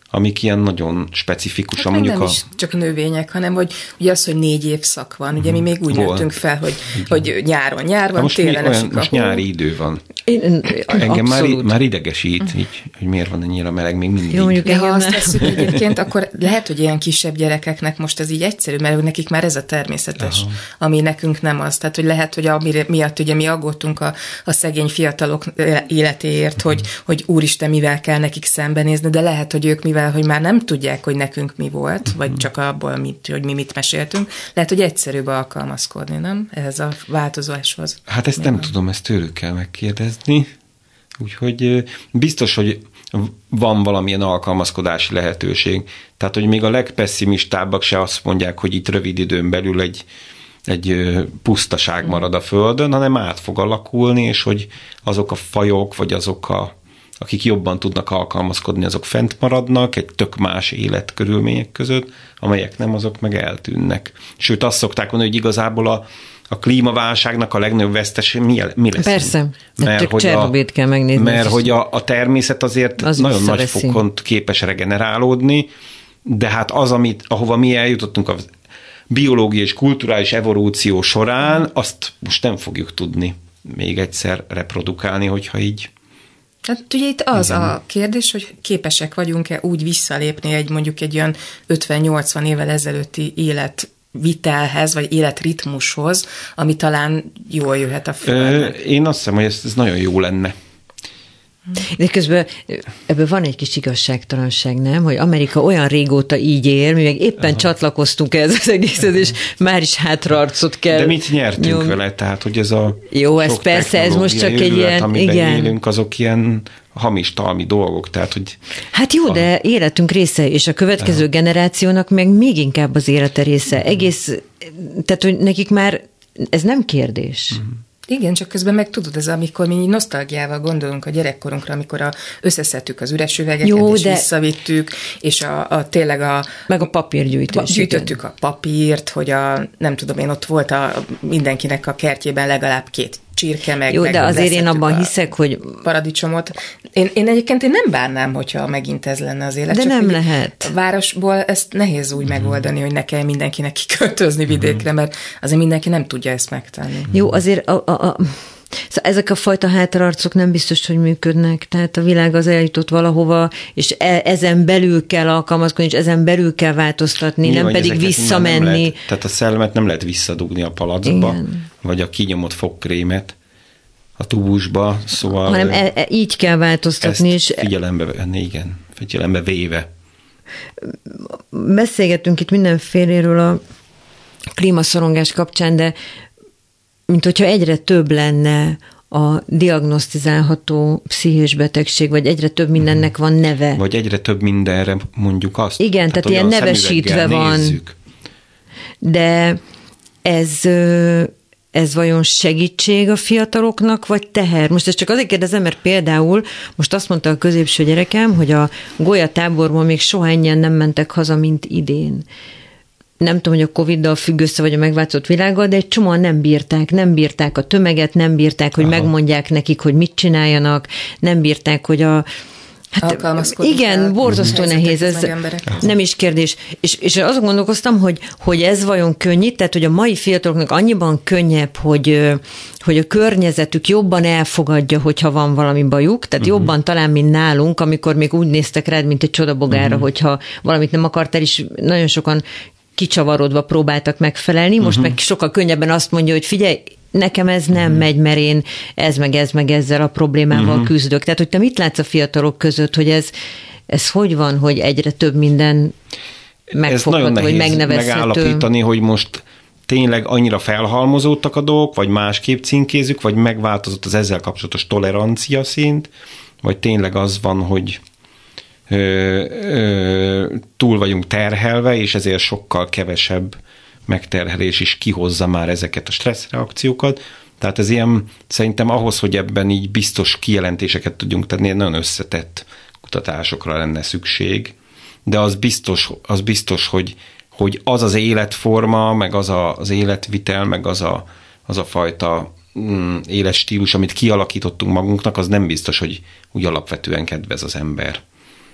amik ilyen nagyon specifikusan hát nem is csak növények, hanem hogy ugye az, hogy 4 évszak van. Ugye mi még úgy nőttünk fel, hogy nyáron nyár van, télen esik. Most nyári idő van. Engem már idegesít, így, hogy miért van ennyire meleg még mindig. Jó, mondjuk, de ha azt tesszük egyébként, akkor lehet, hogy ilyen kisebb gyerekeknek most ez így egyszerű, mert nekik már ez a természetes, ami nekünk nem az. Tehát, hogy lehet, hogy ami miatt ugye mi aggódtunk a szegény fiatalok életéért, hogy úristen, mivel kell nekik szembenézni, de lehet, hogy ők mivel, hogy már nem tudják, hogy nekünk mi volt, vagy csak abból, hogy mi mit meséltünk, lehet, hogy egyszerűbb alkalmazkodni, nem? Ehhez a változáshoz. Hát ezt nem tudom, ezt tőlük kell megkérdezni. Úgyhogy biztos, hogy van valamilyen alkalmazkodási lehetőség. Tehát, hogy még a legpesszimistábbak se azt mondják, hogy itt rövid időn belül egy pusztaság marad a Földön, hanem át fog alakulni, és hogy azok a fajok, vagy azok akik jobban tudnak alkalmazkodni, azok fent maradnak egy tök más életkörülmények között, amelyek nem, azok meg eltűnnek. Sőt, azt szokták mondani, hogy igazából a klímaválságnak a legnagyobb veszteség mi lesz? Persze, mert hogy Csernobit kell megnézni. Mert hogy a természet azért az nagyon nagy fokon képes regenerálódni, de hát az, ahova mi eljutottunk a biológiai és kulturális evolúció során, azt most nem fogjuk tudni még egyszer reprodukálni, hogyha így. Hát ugye itt az a kérdés, hogy képesek vagyunk-e úgy visszalépni mondjuk egy olyan 50-80 évvel ezelőtti életvitelhez, vagy életritmushoz, ami talán jól jöhet a Földnek. Én azt hiszem, hogy ez nagyon jó lenne. De közben ebből van egy kis igazságtalanság, nem? Hogy Amerika olyan régóta így él, mi meg éppen csatlakoztunk ez az egészhez, és már is hátraarcot kell. De mit nyertünk vele? Tehát, hogy ez a jó, ez persze, ez most csak egy ilyen, amiben élünk, azok ilyen hamis talmi dolgok, tehát, hogy... Hát jó, de életünk része, és a következő generációnak meg még inkább az élete része. Egész, tehát, hogy nekik már ez nem kérdés. Igen, csak közben meg tudod, ez amikor mi nosztalgiával gondolunk a gyerekkorunkra, amikor összeszedtük az üres üvegeket, és visszavittük, és tényleg meg a papírgyűjtés. Gyűjtöttük a papírt, hogy nem tudom én, ott volt mindenkinek a kertjében legalább 2 csirke, meg jó, de azért én abban hiszek, hogy... Paradicsomot. Én egyébként nem bánnám, hogyha megint ez lenne az élet. De csak nem lehet. A városból ezt nehéz úgy megoldani, hogy ne kell mindenkinek kiköltözni vidékre, mert azért mindenki nem tudja ezt megtenni. Jó, azért szóval ezek a fajta hátraarcok nem biztos, hogy működnek. Tehát a világ az eljutott valahova, és ezen belül kell alkalmazkodni, és ezen belül kell változtatni, nyilván, nem pedig visszamenni. Tehát a szellemet nem lehet visszadugni a palackba, vagy a kinyomott fogkrémet a tubusba, szóval... Hanem így kell változtatni. Ezt figyelembe venni, igen, figyelembe véve. Beszélgettünk itt mindenféléről a klímaszorongás kapcsán, de mint hogyha egyre több lenne a diagnosztizálható pszichés betegség, vagy egyre több mindennek van neve. Vagy egyre több mindenre mondjuk azt. Igen, tehát ilyen nevesítve van. Nézzük. De ez vajon segítség a fiataloknak, vagy teher? Most ezt csak azért kérdezem, mert például most azt mondta a középső gyerekem, hogy a golyatáborból még soha ennyien nem mentek haza, mint idén. Nem tudom, hogy a Covid-dal függ össze, vagy a megváltozott világgal, de egy csomóan nem bírták a tömeget, nem bírták, hogy megmondják nekik, hogy mit csináljanak, nem bírták, hogy igen, borzasztó nehéz, ez nem is kérdés. És azon gondolkoztam, hogy ez vajon könnyít, tehát hogy a mai fiataloknak annyiban könnyebb, hogy a környezetük jobban elfogadja, hogyha van valami bajuk, tehát jobban talán, mint nálunk, amikor még úgy néztek rád, mint egy csodabogára, hogyha valamit nem akartál, és nagyon sokan kicsavarodva próbáltak megfelelni, most meg sokkal könnyebben azt mondja, hogy figyelj, nekem ez nem megy, mert én ez meg ezzel a problémával küzdök. Tehát, hogy te mit látsz a fiatalok között, hogy ez hogy van, hogy egyre több minden megfogható, vagy megnevezhető? Megállapítani, hogy most tényleg annyira felhalmozódtak a dolgok, vagy másképp címkézzük, vagy megváltozott az ezzel kapcsolatos tolerancia szint, vagy tényleg az van, hogy túl vagyunk terhelve, és ezért sokkal kevesebb megterhelés is kihozza már ezeket a stresszreakciókat. Tehát ez ilyen, szerintem ahhoz, hogy ebben így biztos kijelentéseket tudjunk tenni, nagyon összetett kutatásokra lenne szükség, de az biztos, hogy az az életforma, meg az életvitel, meg az a fajta életstílus, amit kialakítottunk magunknak, az nem biztos, hogy úgy alapvetően kedvez az ember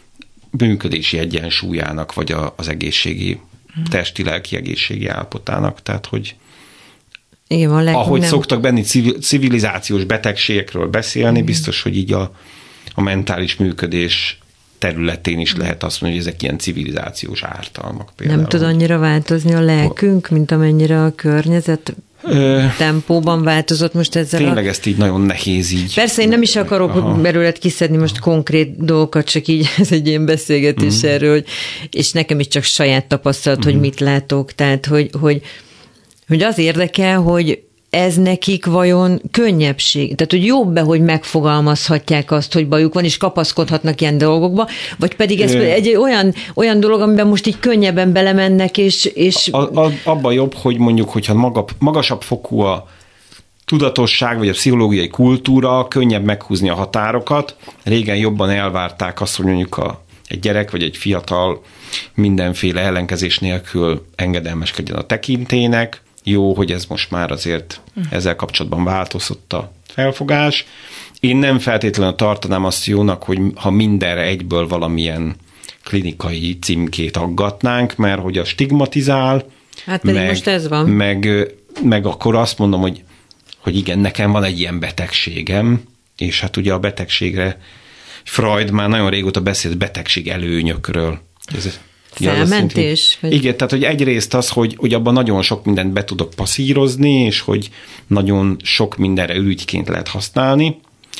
működési egyensúlyának, vagy az egészségi, testi-lelki egészségi állapotának. Tehát, hogy igen, ahogy szoktak benni civilizációs betegségekről beszélni, biztos, hogy így a mentális működés területén is lehet azt mondani, hogy ezek ilyen civilizációs ártalmak. Például. Nem tud annyira változni a lelkünk, mint amennyire a környezet tempóban változott most ezzel. Tényleg ezt így nagyon nehéz így. Persze én nem is akarok belőled kiszedni most konkrét dolgokat, csak így ez egy ilyen beszélgetés erről, és nekem is csak saját tapasztalat, hogy mit látok. Tehát, hogy az érdekel, hogy ez nekik vajon könnyebbség? Tehát, hogy jobb-e, hogy megfogalmazhatják azt, hogy bajuk van, és kapaszkodhatnak ilyen dolgokba, vagy pedig ez egy olyan dolog, amiben most így könnyebben belemennek, és... Abban jobb, hogy mondjuk, hogyha magasabb fokú a tudatosság, vagy a pszichológiai kultúra, könnyebb meghúzni a határokat. Régen jobban elvárták azt, hogy mondjuk egy gyerek, vagy egy fiatal mindenféle ellenkezés nélkül engedelmeskedjen a tekintélynek. Jó, hogy ez most már azért ezzel kapcsolatban változott a felfogás. Én nem feltétlenül tartanám azt jónak, hogy ha mindenre egyből valamilyen klinikai címkét aggatnánk, mert hogy a stigmatizál. Hát pedig most ez van. Meg akkor azt mondom, hogy igen, nekem van egy ilyen betegségem, és hát ugye a betegségre Freud már nagyon régóta beszélt betegség előnyökről. Felmentés? Igen, tehát hogy egyrészt az, hogy abban nagyon sok mindent be tudok passzírozni, és hogy nagyon sok mindenre ürügyként lehet használni.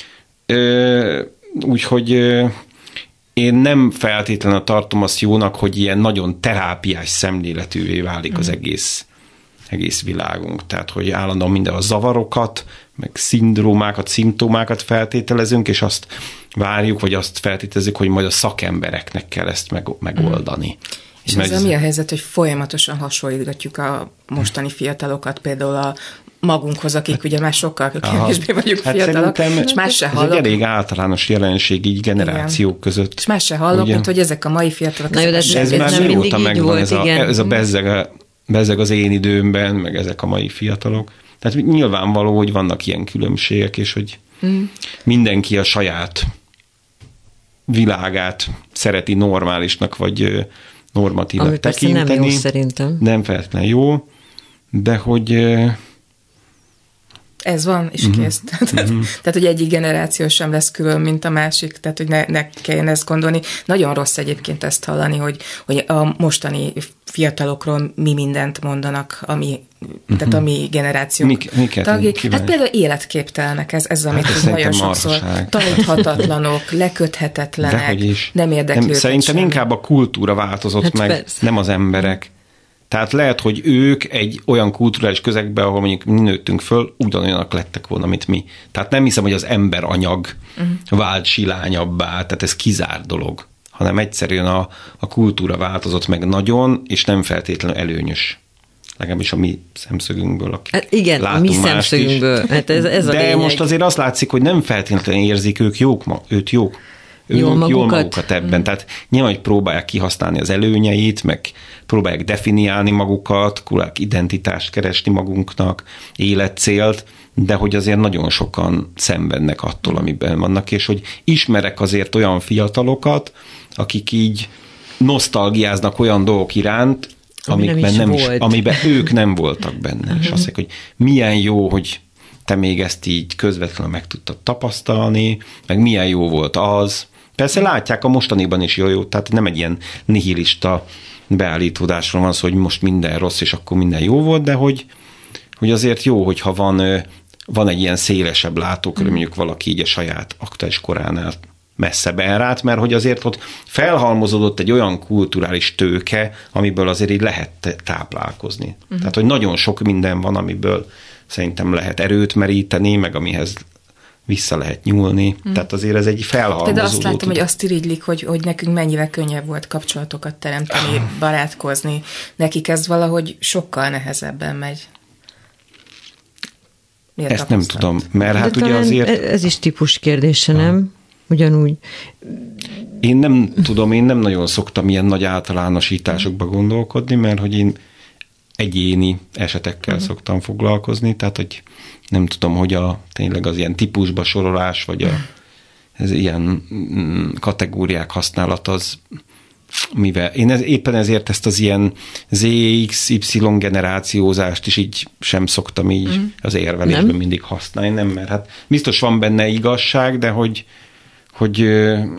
Úgyhogy én nem feltétlenül tartom azt jónak, hogy ilyen nagyon terápiás szemléletűvé válik az egész világunk. Tehát, hogy állandóan minden a zavarokat, meg szindrómákat, szimptomákat feltételezünk, és azt várjuk, vagy azt feltételezzük, hogy majd a szakembereknek kell ezt megoldani. És ezzel mi a helyzet, hogy folyamatosan hasonlítgatjuk a mostani fiatalokat, például a magunkhoz, akik ugye már sokkal kevésbé vagyunk fiatalok, és más se hallok. Ez egy elég általános jelenség így generációk között. És más se hallok, mint hogy ezek a mai fiatalok. Na jó, de ez már nem mióta megvan volt, ez a bezzeg az én időmben, meg ezek a mai fiatalok. Tehát nyilvánvaló, hogy vannak ilyen különbségek, és hogy mindenki a saját világát szereti normálisnak, vagy normatívnak tekinteni. Nem jó szerintem. Nem feltétlenül jó, de hogy... Ez van, és kész. Tehát, hogy egyik generáció sem lesz külön, mint a másik, tehát, hogy ne kelljen ezt gondolni. Nagyon rossz egyébként ezt hallani, hogy a mostani fiatalokról mi mindent mondanak, tehát a mi generációnk tagjai. Hát például életképtelenek, ez amit nagyon sokszor taníthatatlanok, leköthetetlenek, nem érdekli őket szerintem sem. Inkább a kultúra változott hát meg, persze. Nem az emberek. Tehát lehet, hogy ők egy olyan kulturális közegben, ahol mondjuk mi nőttünk föl, ugyanolyanak lettek volna, mint mi. Tehát nem hiszem, hogy az emberanyag vált silányabbá, tehát ez kizárt dolog, hanem egyszerűen a kultúra változott meg nagyon, és nem feltétlenül előnyös. Legalábbis a mi szemszögünkből. Hát igen, a mi szemszögünkből. Hát ez a de lényeg. Most azért azt látszik, hogy nem feltétlenül érzik ők jól magukat ebben. Tehát nyilván, hogy próbálják kihasználni az előnyeit, meg próbálják definiálni magukat, próbálják identitást keresni magunknak, életcélt, de hogy azért nagyon sokan szenvednek attól, amiben vannak, és hogy ismerek azért olyan fiatalokat, akik így nosztalgiáznak olyan dolgok iránt, amiben ők nem voltak benne. És azt mondják, hogy milyen jó, hogy te még ezt így közvetlenül meg tudtad tapasztalni, meg milyen jó volt az. Persze látják a mostaniban is jó, tehát nem egy ilyen nihilista beállítódásról van szó, hogy most minden rossz, és akkor minden jó volt, de hogy azért jó, hogyha van egy ilyen szélesebb látókör, mondjuk valaki így a saját aktuális koránál messzebb elrát, mert hogy azért ott felhalmozódott egy olyan kulturális tőke, amiből azért így lehet táplálkozni. Tehát, hogy nagyon sok minden van, amiből szerintem lehet erőt meríteni, meg amihez vissza lehet nyúlni. Tehát azért ez egy felhalmozódó. De azt láttam, hogy azt irigylik, hogy nekünk mennyivel könnyebb volt kapcsolatokat teremteni, barátkozni. Nekik ez valahogy sokkal nehezebben megy. Miért ezt nem tudom, mert hát ugye azért... Ez is típus kérdése, nem? Ugyanúgy. Én nem tudom, én nem nagyon szoktam ilyen nagy általánosításokba gondolkodni, mert hogy én egyéni esetekkel szoktam foglalkozni, tehát hogy nem tudom, hogy tényleg az ilyen típusba sorolás, vagy ez ilyen kategóriák használat az, mivel én éppen ezért ezt az ilyen ZXY generációzást is így sem szoktam így az érvelésben mindig használni, nem, mert hát biztos van benne igazság, de hogy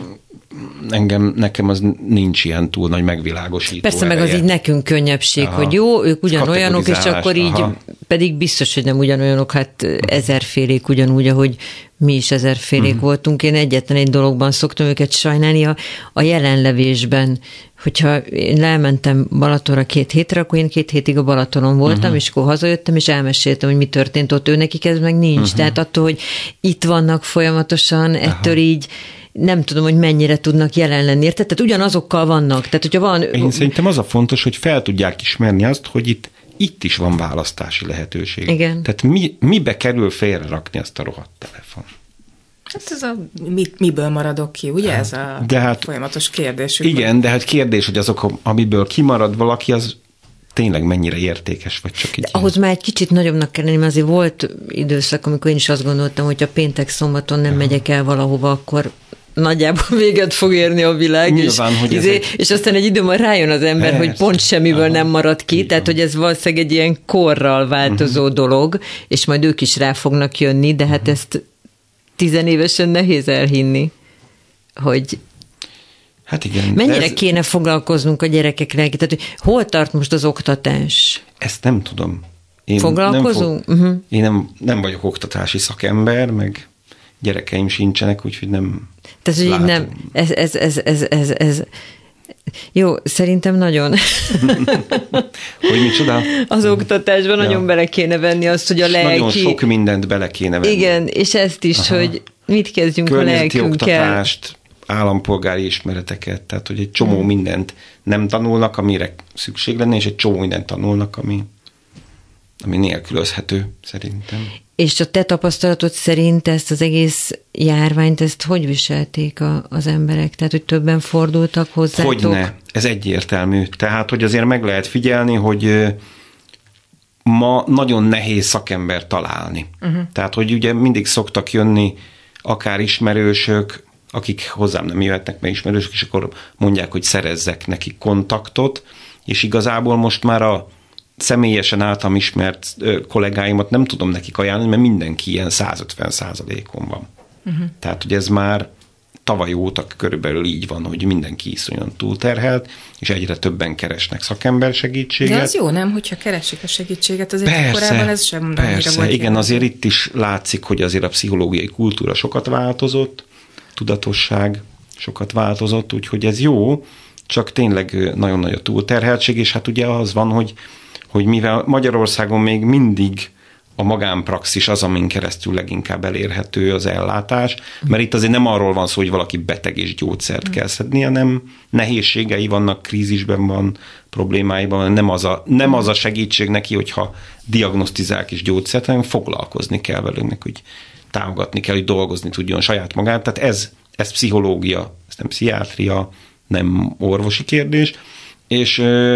nekem az nincs ilyen túl nagy megvilágosító. Persze, meg az így nekünk könnyebbség, hogy jó, ők ugyanolyanok, és akkor így pedig biztos, hogy nem ugyanolyanok, hát ezerfélék ugyanúgy, ahogy mi is ezerfélék voltunk. Én egyetlen egy dologban szoktam őket sajnálni, a jelenlevésben, hogyha én elmentem Balatonra 2 hétre, akkor én 2 hétig a Balatonon voltam, és akkor hazajöttem, és elmeséltem, hogy mi történt ott, ő nekik ez meg nincs. Tehát attól, hogy itt vannak folyamatosan, ettől így nem tudom, hogy mennyire tudnak jelen lenni, érted? Tehát ugyanazokkal vannak. Tehát, hogyha van... Én szerintem az a fontos, hogy fel tudják ismerni azt, hogy itt is van választási lehetőség. Igen. Tehát mibe kerül félrerakni azt a rohadt telefon? Hát ez miből maradok ki, ugye? Ez a folyamatos kérdés. Igen, de hát kérdés, hogy azok, amiből kimarad valaki, az tényleg mennyire értékes, vagy csak így. Ahhoz már egy kicsit nagyobbnak kell lenni, mert azért volt időszak, amikor én is azt gondoltam, hogy ha péntek-szombaton nem megyek el valahova, akkor nagyjából véget fog érni a világ, nyilván, és aztán egy idő majd rájön az ember, hogy pont semmiből nem marad ki, tehát hogy ez valószínűleg egy ilyen korral változó dolog, és majd ők is rá fognak jönni, de hát ezt 10 évesen nehéz elhinni, hogy hát igen. Mennyire kéne foglalkoznunk a gyerekekre? Tehát, hogy hol tart most az oktatás? Ezt nem tudom. Foglalkozunk? Én nem vagyok oktatási szakember, meg gyerekeim sincsenek, úgyhogy nem tehát, hogy nem, ez jó, szerintem nagyon. Hogy micsoda? Az oktatásban nagyon bele kéne venni azt, hogy a lelki... Nagyon sok mindent bele kéne venni. Igen, és ezt is, hogy mit kezdjünk a lelkünkkel. Oktatást, állampolgári ismereteket, tehát hogy egy csomó mindent nem tanulnak, amire szükség lenne, és egy csomó mindent tanulnak, ami nélkülözhető, szerintem. És a te tapasztalatod szerint ezt az egész járványt, ezt hogy viselték az emberek? Tehát, hogy többen fordultak hozzátok? Hogyne, ez egyértelmű. Tehát, hogy azért meg lehet figyelni, hogy ma nagyon nehéz szakember találni. Tehát, hogy ugye mindig szoktak jönni akár ismerősök, akik hozzám nem jöhetnek, mert ismerősök, és akkor mondják, hogy szerezzek neki kontaktot, és igazából most már a személyesen általam ismert kollégáimat nem tudom nekik ajánlani, mert mindenki ilyen 150%-on van. Tehát, hogy ez már tavaly óta körülbelül így van, hogy mindenki iszonyan túlterhelt, és egyre többen keresnek szakember segítséget. De az jó, nem? Hogyha keresik a segítséget, azért korábban ez sem annyira volt. Igen, azért itt is látszik, hogy azért a pszichológiai kultúra sokat változott, tudatosság sokat változott, úgyhogy ez jó, csak tényleg nagyon nagy a túlterheltség, és hát ugye az van, hogy mivel Magyarországon még mindig a magánpraxis az, amin keresztül leginkább elérhető az ellátás, mert itt azért nem arról van szó, hogy valaki beteg és gyógyszert kell szedni, hanem nehézségei vannak, krízisben van, problémáiban, nem az a segítség neki, hogyha diagnosztizálják és gyógyszert, hanem foglalkozni kell velünk, hogy támogatni kell, hogy dolgozni tudjon saját magát. Tehát ez pszichológia, ez nem pszichiátria, nem orvosi kérdés, és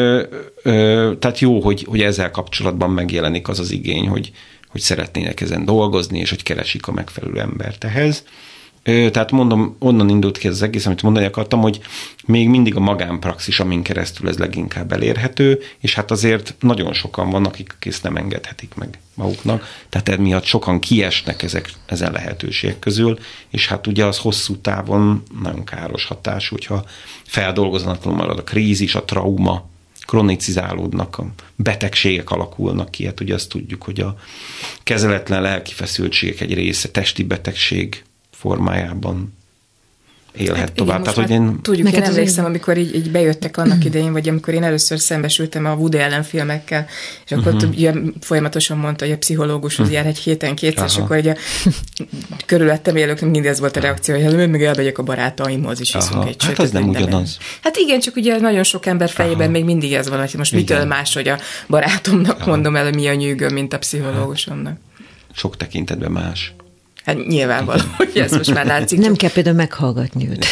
tehát jó, hogy ezzel kapcsolatban megjelenik az igény, hogy szeretnének ezen dolgozni, és hogy keresik a megfelelő embert ehhez. Tehát mondom, onnan indult ki az egész, amit mondani akartam, hogy még mindig a magánpraxis, amin keresztül ez leginkább elérhető, és hát azért nagyon sokan vannak, akik ezt nem engedhetik meg maguknak, tehát emiatt sokan kiesnek ezen lehetőségek közül, és hát ugye az hosszú távon nagyon káros hatás, hogyha feldolgozatlanul marad a krízis, a trauma, kronicizálódnak, a betegségek alakulnak ki, hát ugye azt tudjuk, hogy a kezeletlen lelki feszültségek egy része testi betegség formájában élhet tovább. Igen, tehát, hogy tudjuk, én emlékszem, amikor így bejöttek annak idején, vagy amikor én először szembesültem a Woody Allen filmekkel, és akkor ugye folyamatosan mondta, hogy a pszichológushoz jár egy héten kétszer, és akkor ugye körülöttem élőknek mindez volt a reakció, hogy hát még elmegyek a barátaimhoz is, hiszünk egy hát az nem ugyanaz. Hát igen, csak ugye nagyon sok ember fejében még mindig ez van, hogy most mitől más, hogy a barátomnak mondom el, hogy mi a nyűgöm, mint a pszichológusomnak. Sok tekintetben más. Hát nyilvánvaló, hogy ez most már látszik. Nem kell például meghallgatni őt.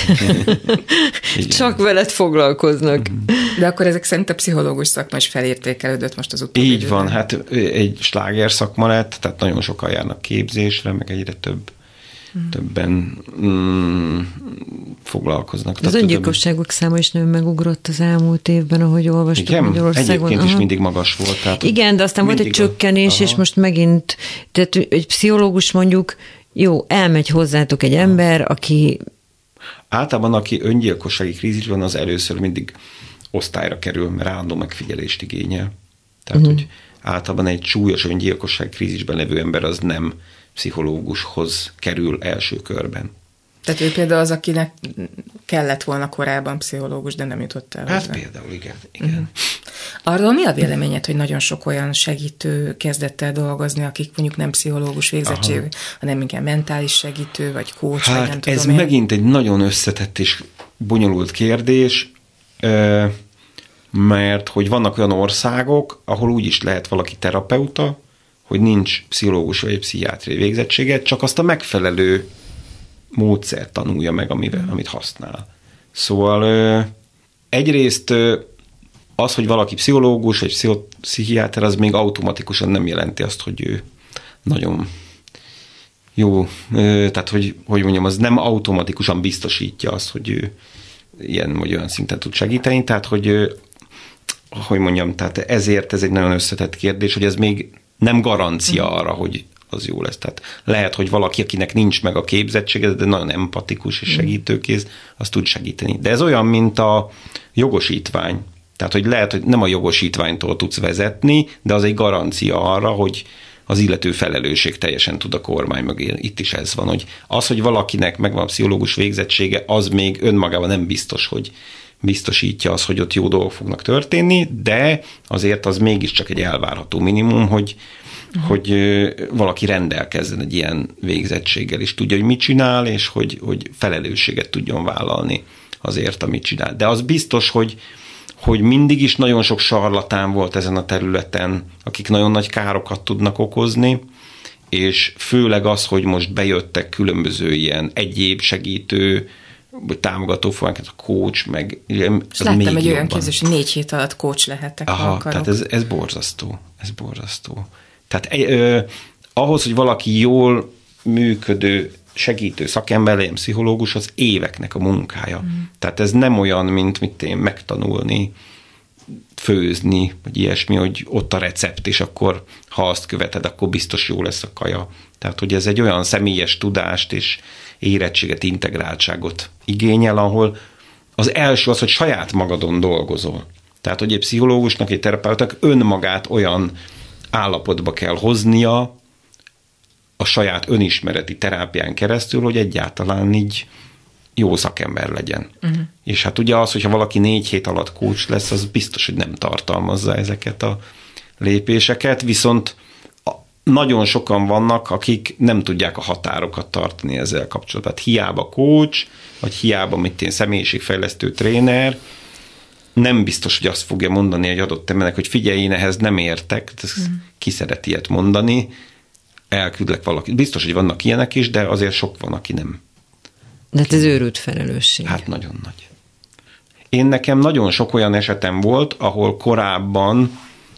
Csak veled foglalkoznak. De akkor ezek szerint a pszichológus szakma is felértékelődött most az utóbbi Így van, hát egy sláger szakma lett, tehát nagyon sokan járnak képzésre, meg egyre több többen foglalkoznak. Az öngyilkosságok száma is nagyon megugrott az elmúlt évben, ahogy olvastuk. Igen? Magyarországon. Egyébként is mindig magas volt. Tehát igen, de aztán volt egy csökkenés, és most megint, tehát egy pszichológus mondjuk, jó, elmegy hozzátok egy ember, aki... Általában, aki öngyilkossági krízisban, az először mindig osztályra kerül, mert állandó megfigyelést igényel. Tehát, hogy általában egy súlyos öngyilkossági krízisben levő ember az nem pszichológushoz kerül első körben. Tehát ő például az, akinek kellett volna korábban pszichológus, de nem jutott el. Hát például, igen. Arról mi a véleményed, hogy nagyon sok olyan segítő kezdett el dolgozni, akik mondjuk nem pszichológus végzettségű, hanem inkább mentális segítő, vagy coach, hát vagy nem tudom ez én. megint egy nagyon összetett és bonyolult kérdés, mert hogy vannak olyan országok, ahol úgy is lehet valaki terapeuta, hogy nincs pszichológus vagy pszichiátriai végzettsége, csak azt a megfelelő módszert tanulja meg, amit használ. Szóval egyrészt az, hogy valaki pszichológus vagy pszichiáter, az még automatikusan nem jelenti azt, hogy ő nagyon jó, tehát hogy mondjam, az nem automatikusan biztosítja azt, hogy ő ilyen vagy olyan szinten tud segíteni, tehát hogy mondjam, tehát ezért ez egy nagyon összetett kérdés, hogy ez még nem garancia arra, hogy az jó lesz. Tehát lehet, hogy valaki, akinek nincs meg a képzettsége, de nagyon empatikus és segítőkész, az tud segíteni. De ez olyan, mint a jogosítvány. Tehát, hogy lehet, hogy nem a jogosítványtól tudsz vezetni, de az egy garancia arra, hogy az illető felelősség teljesen tud a kormány mögé. Itt is ez van, hogy az, hogy valakinek megvan a pszichológus végzettsége, az még önmagában nem biztos, hogy biztosítja az, hogy ott jó dolgok fognak történni, de azért az mégiscsak egy elvárható minimum, hogy valaki rendelkezzen egy ilyen végzettséggel, és tudja, hogy mit csinál, és hogy felelősséget tudjon vállalni azért, amit csinál. De az biztos, hogy mindig is nagyon sok sarlatán volt ezen a területen, akik nagyon nagy károkat tudnak okozni, és főleg az, hogy most bejöttek különböző ilyen egyéb segítő, vagy támogató formánkat, a coach, meg... Láttam egy olyan képzés, hogy 4 hét alatt coach lehettek, ha akarok. Tehát ez borzasztó. Ez borzasztó. Tehát ahhoz, hogy valaki jól működő, segítő szakember legyen, pszichológus, az éveknek a munkája. Tehát ez nem olyan, mint megtanulni, főzni, vagy ilyesmi, hogy ott a recept, és akkor ha azt követed, akkor biztos jó lesz a kaja. Tehát, hogy ez egy olyan személyes tudást és érettséget, integráltságot igényel, ahol az első az, hogy saját magadon dolgozol. Tehát, hogy egy pszichológusnak, egy terapeutának önmagát olyan állapotba kell hoznia a saját önismereti terápián keresztül, hogy egyáltalán így jó szakember legyen. És hát ugye az, hogyha valaki 4 hét alatt coach lesz, az biztos, hogy nem tartalmazza ezeket a lépéseket, viszont nagyon sokan vannak, akik nem tudják a határokat tartani ezzel kapcsolatban. Hát hiába coach, vagy hiába személyiségfejlesztő tréner, nem biztos, hogy azt fogja mondani egy adott embernek, hogy figyelj, én ehhez nem értek, ki szeret ilyet mondani, elküldlek valakit. Biztos, hogy vannak ilyenek is, de azért sok van, aki nem. De ez őrült felelősség. Hát nagyon nagy. Nekem nagyon sok olyan esetem volt, ahol korábban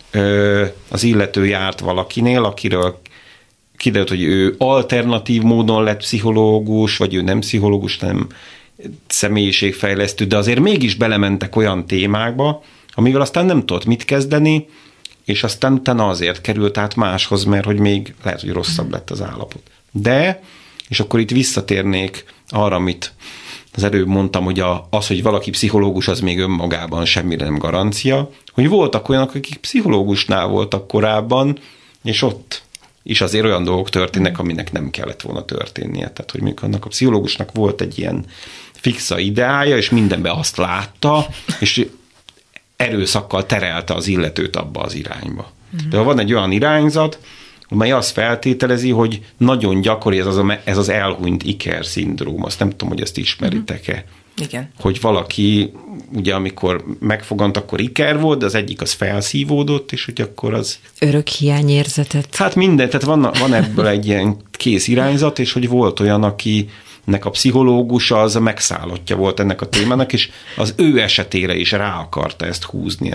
az illető járt valakinél, akiről kiderült, hogy ő alternatív módon lett pszichológus, vagy ő nem pszichológus, hanem személyiségfejlesztő, de azért mégis belementek olyan témákba, amivel aztán nem tudott mit kezdeni, és aztán utána azért került át máshoz, mert hogy még lehet, hogy rosszabb lett az állapot. De, és akkor itt visszatérnék arra, amit az előbb mondtam, hogy az, hogy valaki pszichológus, az még önmagában semmire nem garancia, hogy voltak olyanok, akik pszichológusnál voltak korábban, és ott is azért olyan dolgok történnek, aminek nem kellett volna történnie. Tehát, hogy mondjuk annak a pszichológusnak volt egy ilyen fixa ideája, és mindenben azt látta, és erőszakkal terelte az illetőt abba az irányba. De van egy olyan irányzat, amely azt feltételezi, hogy nagyon gyakori ez az elhunyt iker-szindróm. Azt nem tudom, hogy ezt ismeritek-e. Igen. Hogy valaki, ugye amikor megfogant, akkor iker volt, de az egyik az felszívódott, és hogy akkor az... Örök hiányérzetet. Hát minden, tehát van ebből egy ilyen kész irányzat, és hogy volt olyan, akinek a pszichológusa az a megszállottja volt ennek a témának, és az ő esetére is rá akarta ezt húzni,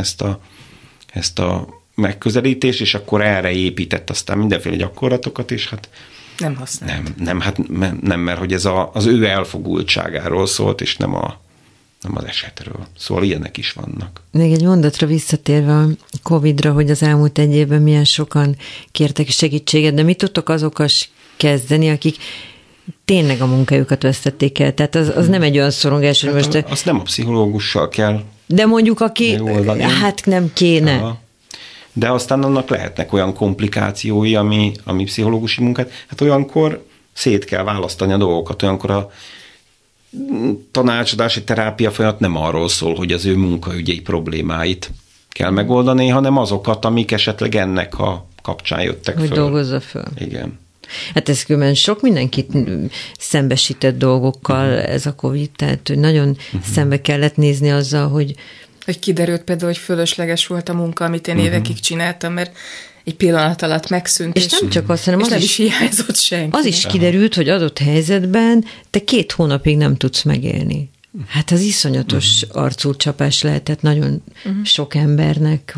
ezt a megközelítést, és akkor erre épített aztán mindenféle gyakorlatokat, és hát Nem használ. Nem, mert hogy ez az ő elfogultságáról szólt, és nem az esetről. Szóval ilyenek is vannak. Még egy mondatra visszatérve a Covid-ra, hogy az elmúlt egy évben milyen sokan kértek segítséget, de mit tudtok azokkal kezdeni, akik tényleg a munkájukat vesztették el? Tehát az nem egy olyan szorongás, hogy most... Azt nem a pszichológussal kell. De mondjuk aki, hát nem kéne. Aha. De aztán annak lehetnek olyan komplikációi, ami pszichológusi munkát, hát olyankor szét kell választani a dolgokat, olyankor a tanácsadási terápia folyamat nem arról szól, hogy az ő munkaügyi problémáit kell megoldani, hanem azokat, amik esetleg ennek a kapcsán jöttek föl. Hogy dolgozza föl. Igen. Hát ez különben sok mindenkit szembesített dolgokkal ez a Covid, tehát hogy nagyon szembe kellett nézni azzal, hogy kiderült például, hogy fölösleges volt a munka, amit én évekig csináltam, mert egy pillanat alatt megszűnt, és nem csak azt, hanem az nem is hiányzott senki. Az is kiderült, hogy adott helyzetben te 2 hónapig nem tudsz megélni. Hát az iszonyatos arcúcsapás lehetett nagyon sok embernek,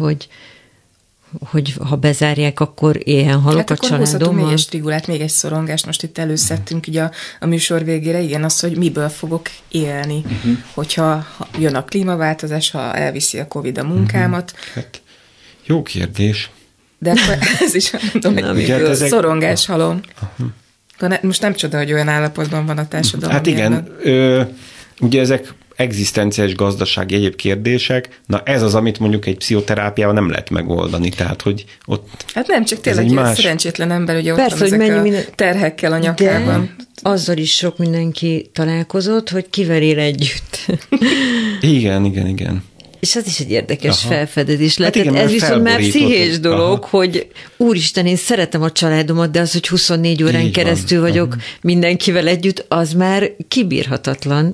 hogy ha bezárják, akkor éhen halok a családommal. Hát akkor még egy strigulát, még egy szorongást, most itt előszedtünk így a műsor végére, igen, az, hogy miből fogok élni, hogyha jön a klímaváltozás, ha elviszi a Covid a munkámat. Hát, jó kérdés. De akkor ez is, mondom, szorongás halom. Most nem csoda, hogy olyan állapotban van a társadalom. Hát igen, ugye ezek egzisztenciális gazdasági egyéb kérdések, na ez az, amit mondjuk egy pszichoterápiával nem lehet megoldani, tehát hogy ott... Hát nem, csak tényleg egy szerencsétlen ember, ugye ott van ezek a terhekkel a nyakában. De azzal is sok mindenki találkozott, hogy kivel él együtt. Igen. És az is egy érdekes felfedezés lett. Hát igen, ez viszont már pszichés dolog, hogy úristen, én szeretem a családomat, de az, hogy 24 órán keresztül vagyok mindenkivel együtt, az már kibírhatatlan.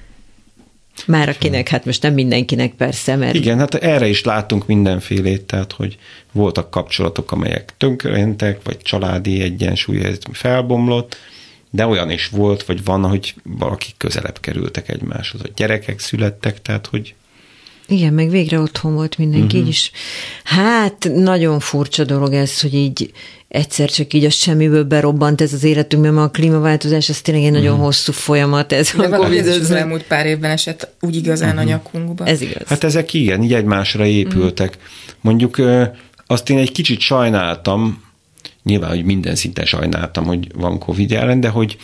Már akinek, hát most nem mindenkinek persze, mert... Igen, hát erre is láttunk mindenfélét, tehát, hogy voltak kapcsolatok, amelyek tönkrementek, vagy családi egyensúly felbomlott, de olyan is volt, vagy van, hogy valakik közelebb kerültek egymáshoz, hogy gyerekek születtek, tehát, hogy... Igen, meg végre otthon volt mindenki, így is. Hát, nagyon furcsa dolog ez, hogy így egyszer csak így a semmiből berobbant ez az életünkben, mert a klímaváltozás az tényleg egy nagyon hosszú folyamat. Ez de a Covid az elmúlt pár évben esett úgy igazán a nyakunkba. Ez igaz. Hát ezek igen, így egymásra épültek. Mondjuk azt én egy kicsit sajnáltam, nyilván, hogy minden szinten sajnáltam, hogy van Covid jelen, de hogy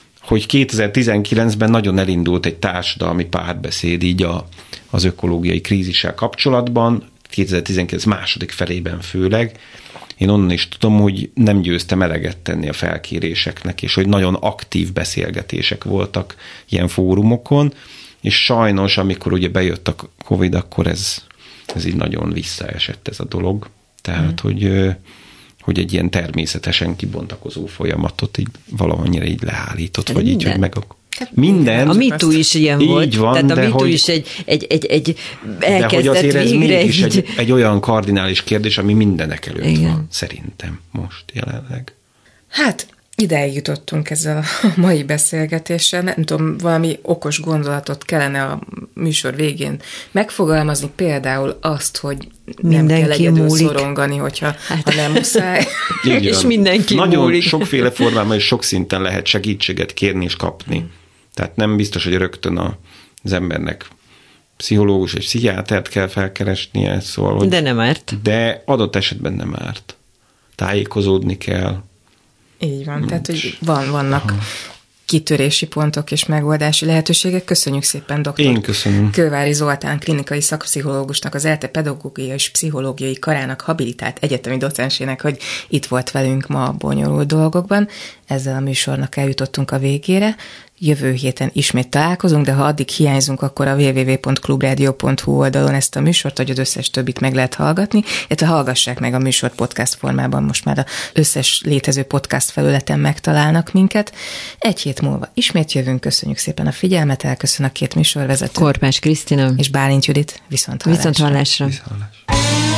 2019-ben nagyon elindult egy társadalmi párbeszéd így az ökológiai krízissel kapcsolatban, 2019 második felében főleg. Én onnan is tudom, hogy nem győztem eleget tenni a felkéréseknek, és hogy nagyon aktív beszélgetések voltak ilyen fórumokon, és sajnos, amikor ugye bejött a Covid, akkor ez így nagyon visszaesett ez a dolog. Tehát, hogy egy ilyen természetesen kibontakozó folyamatot így valahannyira így leállított, vagy így, hogy meg minden. A MeToo is ilyen volt. Van, tehát a MeToo is egy elkezdett de hogy azért ez végre mégis egy olyan kardinális kérdés, ami mindenek előtt van, szerintem most jelenleg. Hát, ideig jutottunk ezzel a mai beszélgetéssel. Nem tudom, valami okos gondolatot kellene a műsor végén megfogalmazni, például azt, hogy nem kell egyedül szorongani, hogyha ha nem muszáj. És mindenki nagyon múlik. Sokféle formában és sok szinten lehet segítséget kérni és kapni. Tehát nem biztos, hogy rögtön az embernek pszichológus és pszichiátert kell felkeresnie, szóval, hogy... De nem árt. De adott esetben nem árt. Tájékozódni kell. Így van, tehát hogy vannak kitörési pontok és megoldási lehetőségek. Köszönjük szépen dr. Én köszönöm. Kővári Zoltán klinikai szakpszichológusnak, az ELTE pedagógiai és pszichológiai karának habilitált egyetemi docensének, hogy itt volt velünk ma a bonyolult dolgokban. Ezzel a műsornak eljutottunk a végére. Jövő héten ismét találkozunk, de ha addig hiányzunk, akkor a www.clubradio.hu oldalon ezt a műsort, vagy az összes többit meg lehet hallgatni, illetve hallgassák meg a műsort podcast formában, most már az összes létező podcast felületen megtalálnak minket. Egy hét múlva ismét jövünk, köszönjük szépen a figyelmet, elköszön a két műsorvezető. Korpás Krisztina. És Bálint Judit. Viszonthallásra.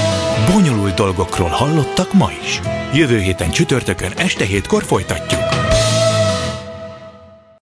Bonyolult dolgokról hallottak ma is. Jövő héten csütörtökön este 7-kor folytatjuk.